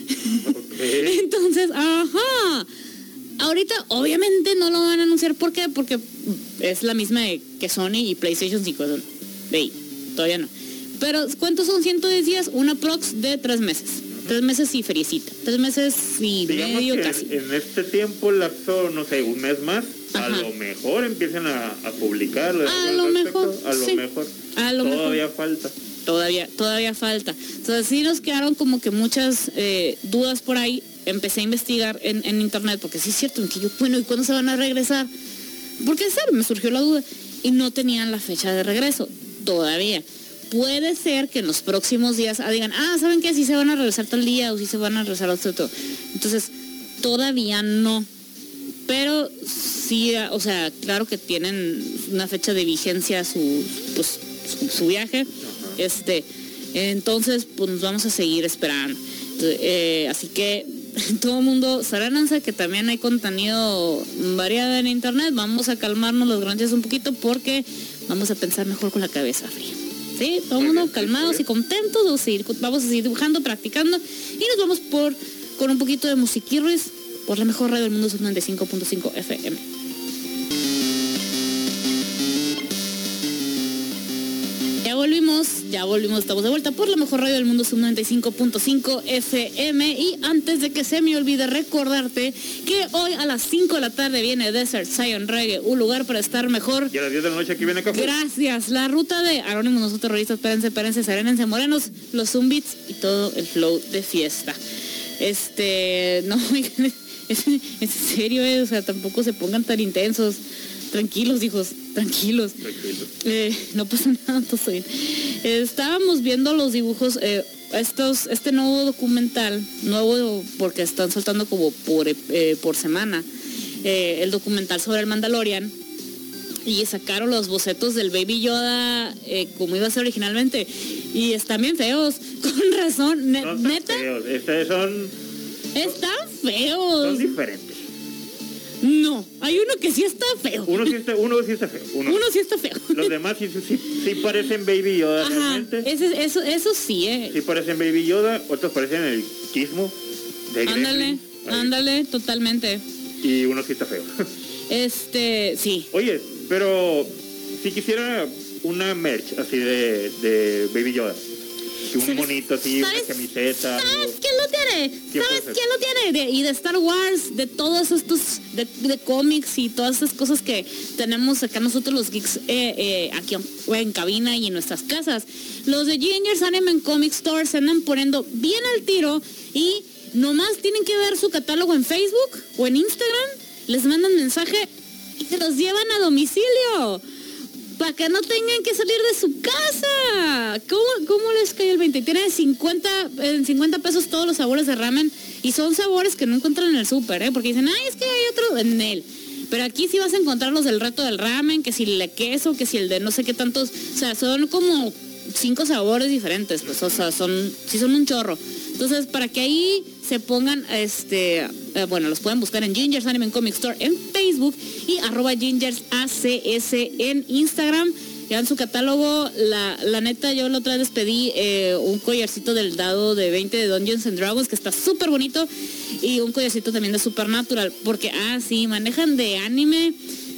Okay. Entonces, ajá. Ahorita obviamente no lo van a anunciar. ¿Por qué? Porque es la misma que Sony y PlayStation cinco. Hey, todavía no. Pero ¿cuántos son ciento diez días? Una prox de tres meses. Tres meses y feriecita. Tres meses y Digamos medio que casi. En este tiempo lapso, no sé, un mes más, Ajá. a lo mejor empiezan a, a publicar. A lo respecto, mejor. A lo sí. mejor. A lo Todavía mejor. falta. Todavía, todavía falta. Entonces sí nos quedaron como que muchas eh, dudas por ahí. Empecé a investigar en, en internet, porque sí es cierto, que yo, bueno, ¿y cuándo se van a regresar? Porque es me surgió la duda. Y no tenían la fecha de regreso, todavía. Puede ser que en los próximos días ah, digan, ah, ¿saben qué? Si se van a regresar tal día o si se van a regresar otro, otro. Entonces, todavía no. Pero sí, o sea, claro que tienen una fecha de vigencia su, pues, su, su viaje. Uh-huh. Este, entonces, pues nos vamos a seguir esperando. Eh, así que todo el mundo, saránanse que también hay contenido variado en internet. Vamos a calmarnos los grandes un poquito porque vamos a pensar mejor con la cabeza fría. Sí, todo el mundo calmados y contentos, vamos a, seguir, vamos a seguir dibujando, practicando y nos vamos por con un poquito de musiquirris por la mejor radio del mundo, noventa y cinco punto cinco F M. Ya volvimos. Ya volvimos, estamos de vuelta por la mejor radio del mundo, Sub noventa y cinco punto cinco F M. Y antes de que se me olvide recordarte que hoy a las cinco de la tarde viene Desert Zion Reggae, un lugar para estar mejor. Y a las diez de la noche aquí viene Café. Gracias. La ruta de Anónimos, nosotros terroristas, espérense, espérense, serénense, morenos, los zumbits y todo el flow de fiesta. Este, no, es en serio, eh, o sea, tampoco se pongan tan intensos. Tranquilos, hijos, tranquilos. Tranquilos. Eh, no pasa nada, todo está bien. Eh, estábamos viendo los dibujos, eh, estos, este nuevo documental, nuevo porque están soltando como por, eh, por semana, eh, el documental sobre el Mandalorian, y sacaron los bocetos del Baby Yoda eh, como iba a ser originalmente, y están bien feos, con razón, ne- no neta. Feos. Estos son... Están feos. Son diferentes. No, hay uno que sí está feo. Uno sí está, uno sí está feo. Uno, uno sí está feo. Los demás sí, sí, sí parecen Baby Yoda. Ajá, realmente. Ese, eso, eso sí, eh. Sí parecen Baby Yoda, otros parecen el Gizmo de Ándale, ándale, totalmente. Y uno sí está feo. Este, sí. Oye, pero si quisiera una merch así de, de Baby Yoda, un monito así, una camiseta. ¿Sabes algo. quién lo tiene? ¿Quién ¿Sabes puede ser? quién lo tiene? De, y de Star Wars, de todos estos, de, de cómics y todas esas cosas que tenemos acá nosotros los geeks eh, eh, aquí en cabina y en nuestras casas. Los de Gingers Anime Comic Store se andan poniendo bien al tiro y nomás tienen que ver su catálogo en Facebook o en Instagram, les mandan mensaje y se los llevan a domicilio. Para que no tengan que salir de su casa. ¿Cómo, cómo les cae el veinte? Tienen cincuenta, en cincuenta pesos todos los sabores de ramen. Y son sabores que no encuentran en el súper, ¿eh? Porque dicen, ay, es que hay otro en él. Pero aquí sí vas a encontrar los del reto del ramen, que si el de queso, que si el de no sé qué tantos. O sea, son como cinco sabores diferentes. Pues, o sea, son, sí son un chorro. Entonces, para que ahí se pongan, este, eh, bueno, los pueden buscar en Gingers Anime Comic Store en Facebook y arroba Gingers A C S en Instagram. Vean su catálogo. La, la neta, yo la otra vez les pedí eh, un collarcito del dado de veinte de Dungeons and Dragons, que está súper bonito, y un collarcito también de Supernatural, porque, ah, sí, manejan de anime,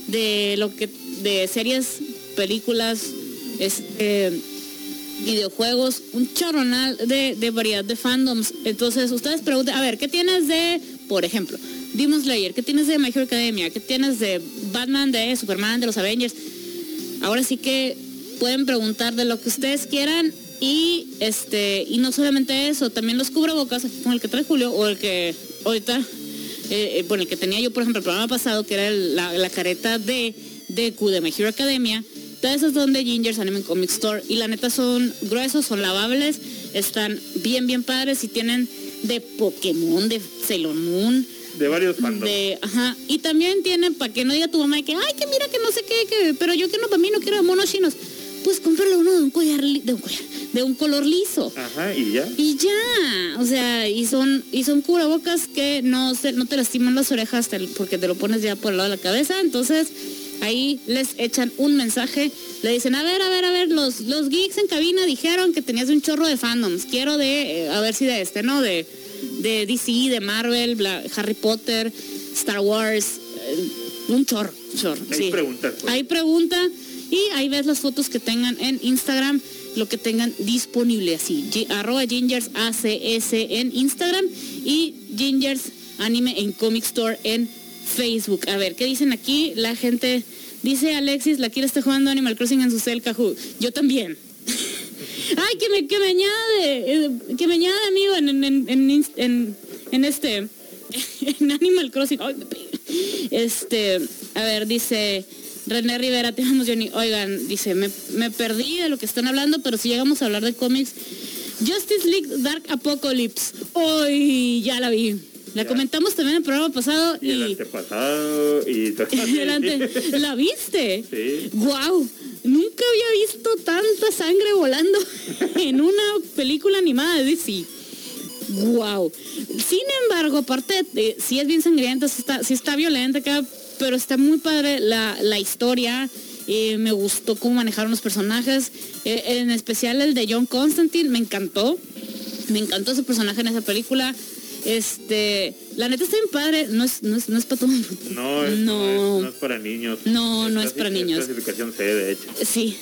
de lo que, de series, películas, este... videojuegos, un chorronal de, de variedad de fandoms. Entonces ustedes pregunten, a ver, ¿qué tienes de, por ejemplo, Demon Slayer? ¿Qué tienes de My Hero Academia? ¿Qué tienes de Batman, de Superman, de los Avengers? Ahora sí que pueden preguntar de lo que ustedes quieran. Y este y no solamente eso, también los cubrebocas, como el que trae Julio, o el que ahorita, eh, eh, bueno, el que tenía yo, por ejemplo, el programa pasado, que era el, la, la careta de Deku de My Hero Academia. Todas esas son de Gingers Anime Comic Store y la neta son gruesos, son lavables, están bien, bien padres y tienen de Pokémon, de Sailor Moon. De varios fandoms. De, ajá, y también tienen, para que no diga tu mamá que, ay, que mira, que no sé qué, que, pero yo que no, para mí no quiero monos chinos. Pues cómprale uno de un collar, li, de un collar, de un color liso. Ajá, y ya. Y ya, o sea, y son y son cubrebocas que no, se, no te lastiman las orejas te, porque te lo pones ya por el lado de la cabeza, entonces... Ahí les echan un mensaje, le dicen, a ver, a ver, a ver, los, los geeks en cabina dijeron que tenías un chorro de fandoms, quiero de, eh, a ver si de este, ¿no? De, de D C, de Marvel, Bla, Harry Potter, Star Wars, eh, un chorro, chorro. Hay sí. preguntas. Pues. Hay pregunta y ahí ves las fotos que tengan en Instagram, lo que tengan disponible así, G, arroba Gingers A C S en Instagram y Gingers Anime en Comic Store en Facebook. A ver, ¿qué dicen aquí? La gente dice, Alexis, la quiere estar jugando Animal Crossing en su cel, Cajú. Yo también. Ay, que me, que me añade, que me añade, amigo, en, en, en, en, en este, en Animal Crossing. Ay, este, a ver, dice René Rivera, te amamos, Johnny. Oigan, dice, me, me perdí de lo que están hablando, pero si llegamos a hablar de cómics, Justice League Dark Apocalypse. Hoy ya la vi. La ya. Comentamos también en el programa pasado. Y, y el antepasado. Y el ante... ¿La viste? Sí. ¡Guau! Nunca había visto tanta sangre volando en una película animada de D C. ¡Guau! Sin embargo, aparte, de, sí es bien sangrienta, sí está, sí está violenta acá, pero está muy padre la, la historia. Eh, me gustó cómo manejaron los personajes. Eh, en especial el de John Constantine, me encantó. Me encantó ese personaje en esa película. Este, la neta está bien padre, no es, no es, no es para todo el mundo. No, es, no. No, es, no es para niños. No, es no es para es niños. Clasificación C, de hecho. Sí,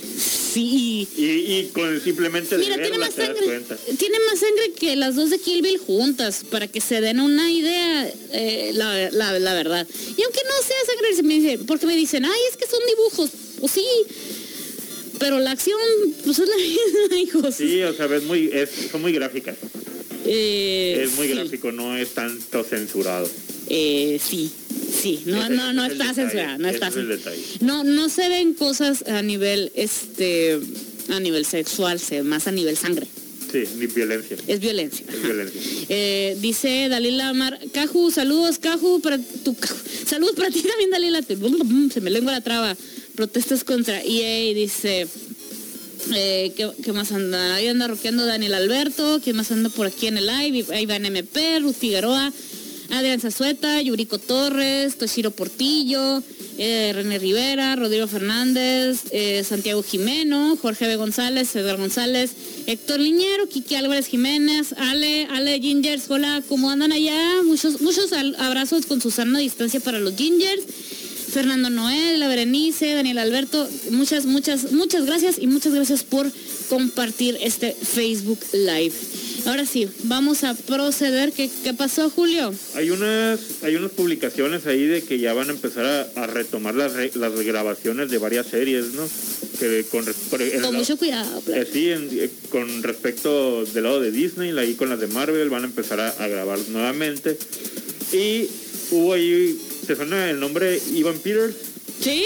Sí. Y, y con simplemente de Mira, verla tiene más te das sangre, cuenta. tiene más sangre que las dos de Kill Bill juntas, para que se den una idea, eh, la, la, la verdad. Y aunque no sea sangre, se me dice, porque me dicen, ay, es que son dibujos. Pues sí, pero la acción, pues es la misma, hijos. Sí, o sea, es muy, es, son muy gráficas. Eh, es muy sí. gráfico, no es tanto censurado. Eh, sí, sí, no, Ese, no, no es está censurada, no está es el detalle. No, no se ven cosas a nivel, este, a nivel sexual, se más a nivel sangre. Sí, ni violencia. Es violencia. Es violencia. Eh, dice Dalila Mar, Caju, saludos, Caju, para tu Caju. Saludos para ti también, Dalila. Te, se me lengua la traba. Protestas contra E A, dice. Eh, ¿qué, ¿Qué más anda? Ahí anda rockeando Daniel Alberto. ¿Quién más anda por aquí en el live? Ahí va en M P, Ruth Figueroa, Adrián Zazueta, Yuriko Torres, Toshiro Portillo, eh, René Rivera, Rodrigo Fernández, eh, Santiago Jimeno, Jorge B. González, César González, Héctor Liñero, Kiki Álvarez Jiménez, Ale, Ale Gingers, hola, ¿cómo andan allá? Muchos, muchos abrazos con Susana a distancia para los Gingers. Fernando Noel, la Berenice, Daniel Alberto, muchas, muchas, muchas gracias y muchas gracias por compartir este Facebook Live. Ahora sí, vamos a proceder. ¿Qué, qué pasó, Julio? Hay unas, hay unas publicaciones ahí de que ya van a empezar a, a retomar las, re, las regrabaciones de varias series, ¿no? Que con, con, con lado, mucho cuidado. Eh, sí, en, eh, con respecto del lado de Disney, ahí con las de Marvel van a empezar a, a grabar nuevamente. Y hubo ahí, ¿te suena el nombre Evan Peters? Sí.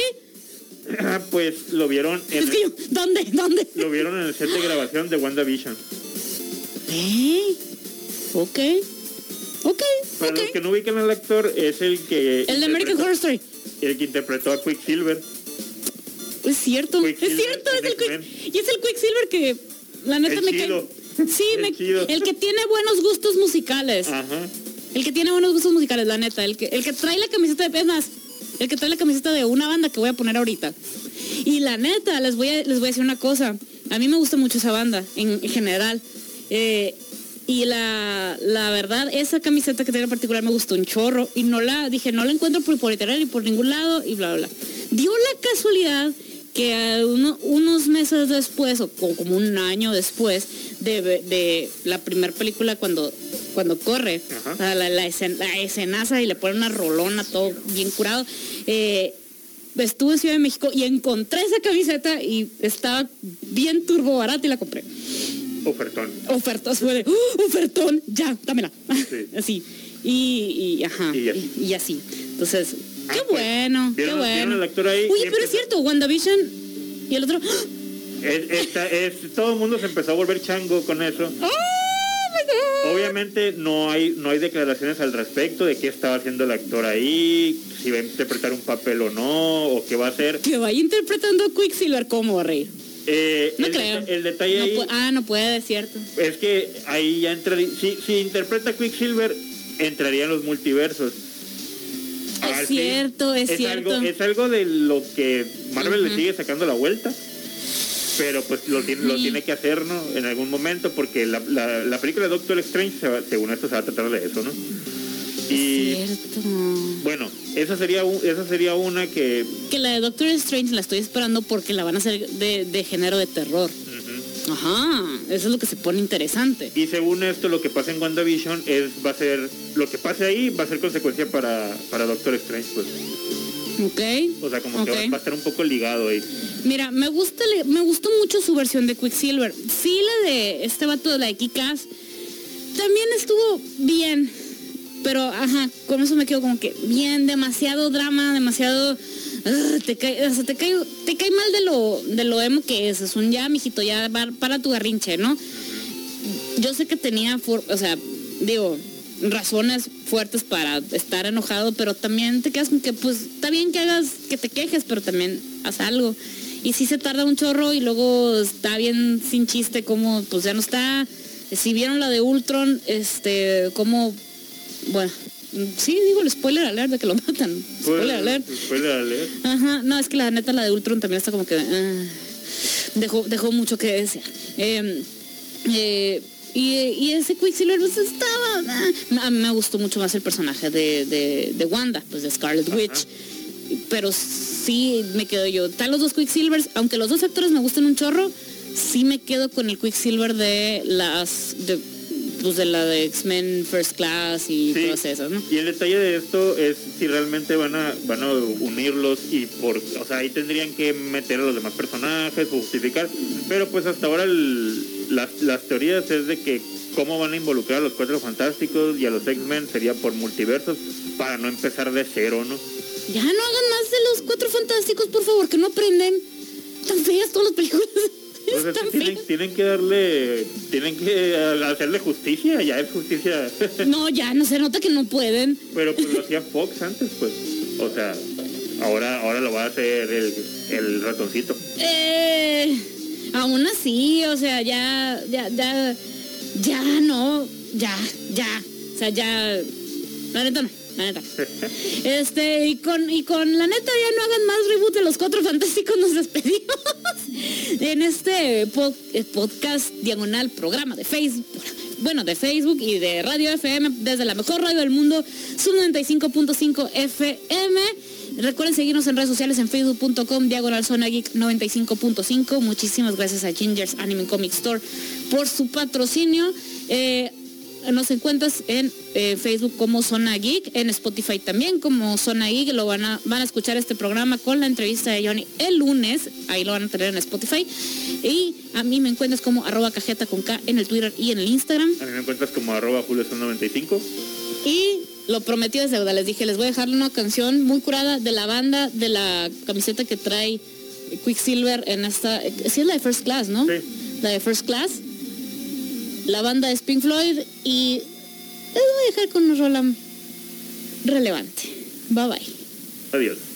Pues lo vieron en es que yo, ¿dónde? ¿Dónde? Lo vieron en el set de grabación de WandaVision. ¿Eh? Ok. Ok. Para okay. los que no ubican al actor, es el que... El de American Horror Story. El que interpretó a Quicksilver. Es cierto, es cierto, es el Quick, y es el Quicksilver que la neta el me chido. cae. Sí, el, me, el que tiene buenos gustos musicales. Ajá. El que tiene buenos gustos musicales, la neta. El que, el que trae la camiseta de... Es más, el que trae la camiseta de una banda que voy a poner ahorita. Y la neta, les voy a, les voy a decir una cosa. A mí me gusta mucho esa banda, en, en general. Eh, y la, la verdad, esa camiseta que tiene en particular me gustó un chorro. Y no la, dije, no la encuentro por, por literal y por ningún lado y bla, bla, bla. Dio la casualidad que uno, unos meses después, o como un año después, de, de la primera película cuando, cuando corre, la, la, la, escen, la escenaza y le pone una rolona, todo bien curado, eh, estuve en Ciudad de México y encontré esa camiseta y estaba bien turbo barata y la compré. Ofertón. Ofertas, fue de, uh, ofertón, ya, dámela. Sí. Así. Y, y ajá. Y así. Y, y así. Entonces, ah, qué pues, bueno, ¿vieron, qué bueno. ¿vieron el actor ahí? Oye, pero es cierto, WandaVision y el otro. Es, esta, es, todo el mundo se empezó a volver chango con eso. Oh, obviamente no hay no hay declaraciones al respecto de qué estaba haciendo el actor ahí, si va a interpretar un papel o no, o qué va a hacer. Que vaya interpretando a Quicksilver, ¿cómo va a reír? Eh, no el, creo. El detalle no ahí... Ah, no puede, es cierto. Es que ahí ya entra... Si, si interpreta a Quicksilver, entraría en los multiversos. Es ah, cierto, sí, es, es cierto. Algo, es algo de lo que Marvel uh-huh. le sigue sacando la vuelta. Pero pues lo tiene, lo tiene que hacer, ¿no? En algún momento, porque la, la, la película de Doctor Strange, se va, según esto, se va a tratar de eso, ¿no? Y es cierto. Bueno, esa sería esa sería una que... Que la de Doctor Strange la estoy esperando porque la van a hacer de, de género de terror. Uh-huh. Ajá, eso es lo que se pone interesante. Y según esto, lo que pasa en WandaVision es, va a ser... Lo que pase ahí va a ser consecuencia para, para Doctor Strange, pues. Ok. O sea, como okay. que va a estar un poco ligado ahí. Mira, me gusta, me gustó mucho su versión de Quicksilver. Sí, la de este vato de la de Kick-Ass también estuvo bien. Pero, ajá, con eso me quedo como que bien, demasiado drama, demasiado... Uh, te, cae, o sea, te, cae, te cae mal de lo, de lo emo que es. Es un ya, mijito, ya va, para tu garrinche, ¿no? Yo sé que tenía, for, o sea, digo, razones fuertes para estar enojado, pero también te quedas como que, pues, está bien que hagas, que te quejes, pero también haz algo. Y sí se tarda un chorro y luego está bien sin chiste como, pues, ya no está. Si vieron la de Ultron, este, como... Bueno, sí, digo el spoiler alert de que lo matan. Spoiler alert. Spoiler alert. Ajá, no, es que la neta la de Ultron también está como que... Uh, dejó, dejó mucho que desear. Eh, eh, y, y ese Quicksilver pues estaba... Uh, a mí me gustó mucho más el personaje de, de, de Wanda, pues de Scarlet Witch. pero sí me quedo yo. Están los dos Quicksilvers, aunque los dos actores me gustan un chorro, sí me quedo con el Quicksilver de las... De, pues de la de X-Men First Class y sí, todas esas, ¿no? Y el detalle de esto es si realmente van a van a unirlos y por, o sea, ahí tendrían que meter a los demás personajes, justificar, pero pues hasta ahora el, las, las teorías es de que cómo van a involucrar a los Cuatro Fantásticos y a los X-Men sería por multiversos para no empezar de cero, ¿no? Ya no hagan más de los Cuatro Fantásticos, por favor, que no aprenden. Tan feas todas las películas. Pues tienen, tienen que darle, tienen que hacerle justicia, ya es justicia. No, ya, no se nota que no pueden. Pero pues lo hacía Fox antes, pues, o sea, ahora ahora lo va a hacer el, el ratoncito. Eh, aún así, o sea, ya, ya, ya, ya no, ya, ya, o sea, ya, la neta no. La neta. Este, y con, y con la neta ya no hagan más reboot de los Cuatro Fantásticos, nos despedimos en este pod, podcast diagonal programa de Facebook, bueno, de Facebook y de Radio F M desde la mejor radio del mundo, Sub noventa y cinco punto cinco F M. Recuerden seguirnos en redes sociales en facebook punto com diagonal Zona Geek noventa y cinco punto cinco. Muchísimas gracias a Ginger's Anime Comic Store por su patrocinio. Eh, Nos encuentras en eh, Facebook como Zona Geek, en Spotify también como Zona Geek. Lo van a, van a escuchar este programa con la entrevista de Johnny el lunes, ahí lo van a tener en Spotify. Y a mí me encuentras como arroba cajeta con K en el Twitter y en el Instagram. A mí me encuentras como arroba Julio noventa y cinco. Y lo prometido es deuda, les dije, les voy a dejar una canción muy curada de la banda, de la camiseta que trae Quicksilver en esta, sí es la de First Class, ¿no? Sí. La de First Class. La banda es Pink Floyd y les voy a dejar con un rola relevante. Bye bye. Adiós.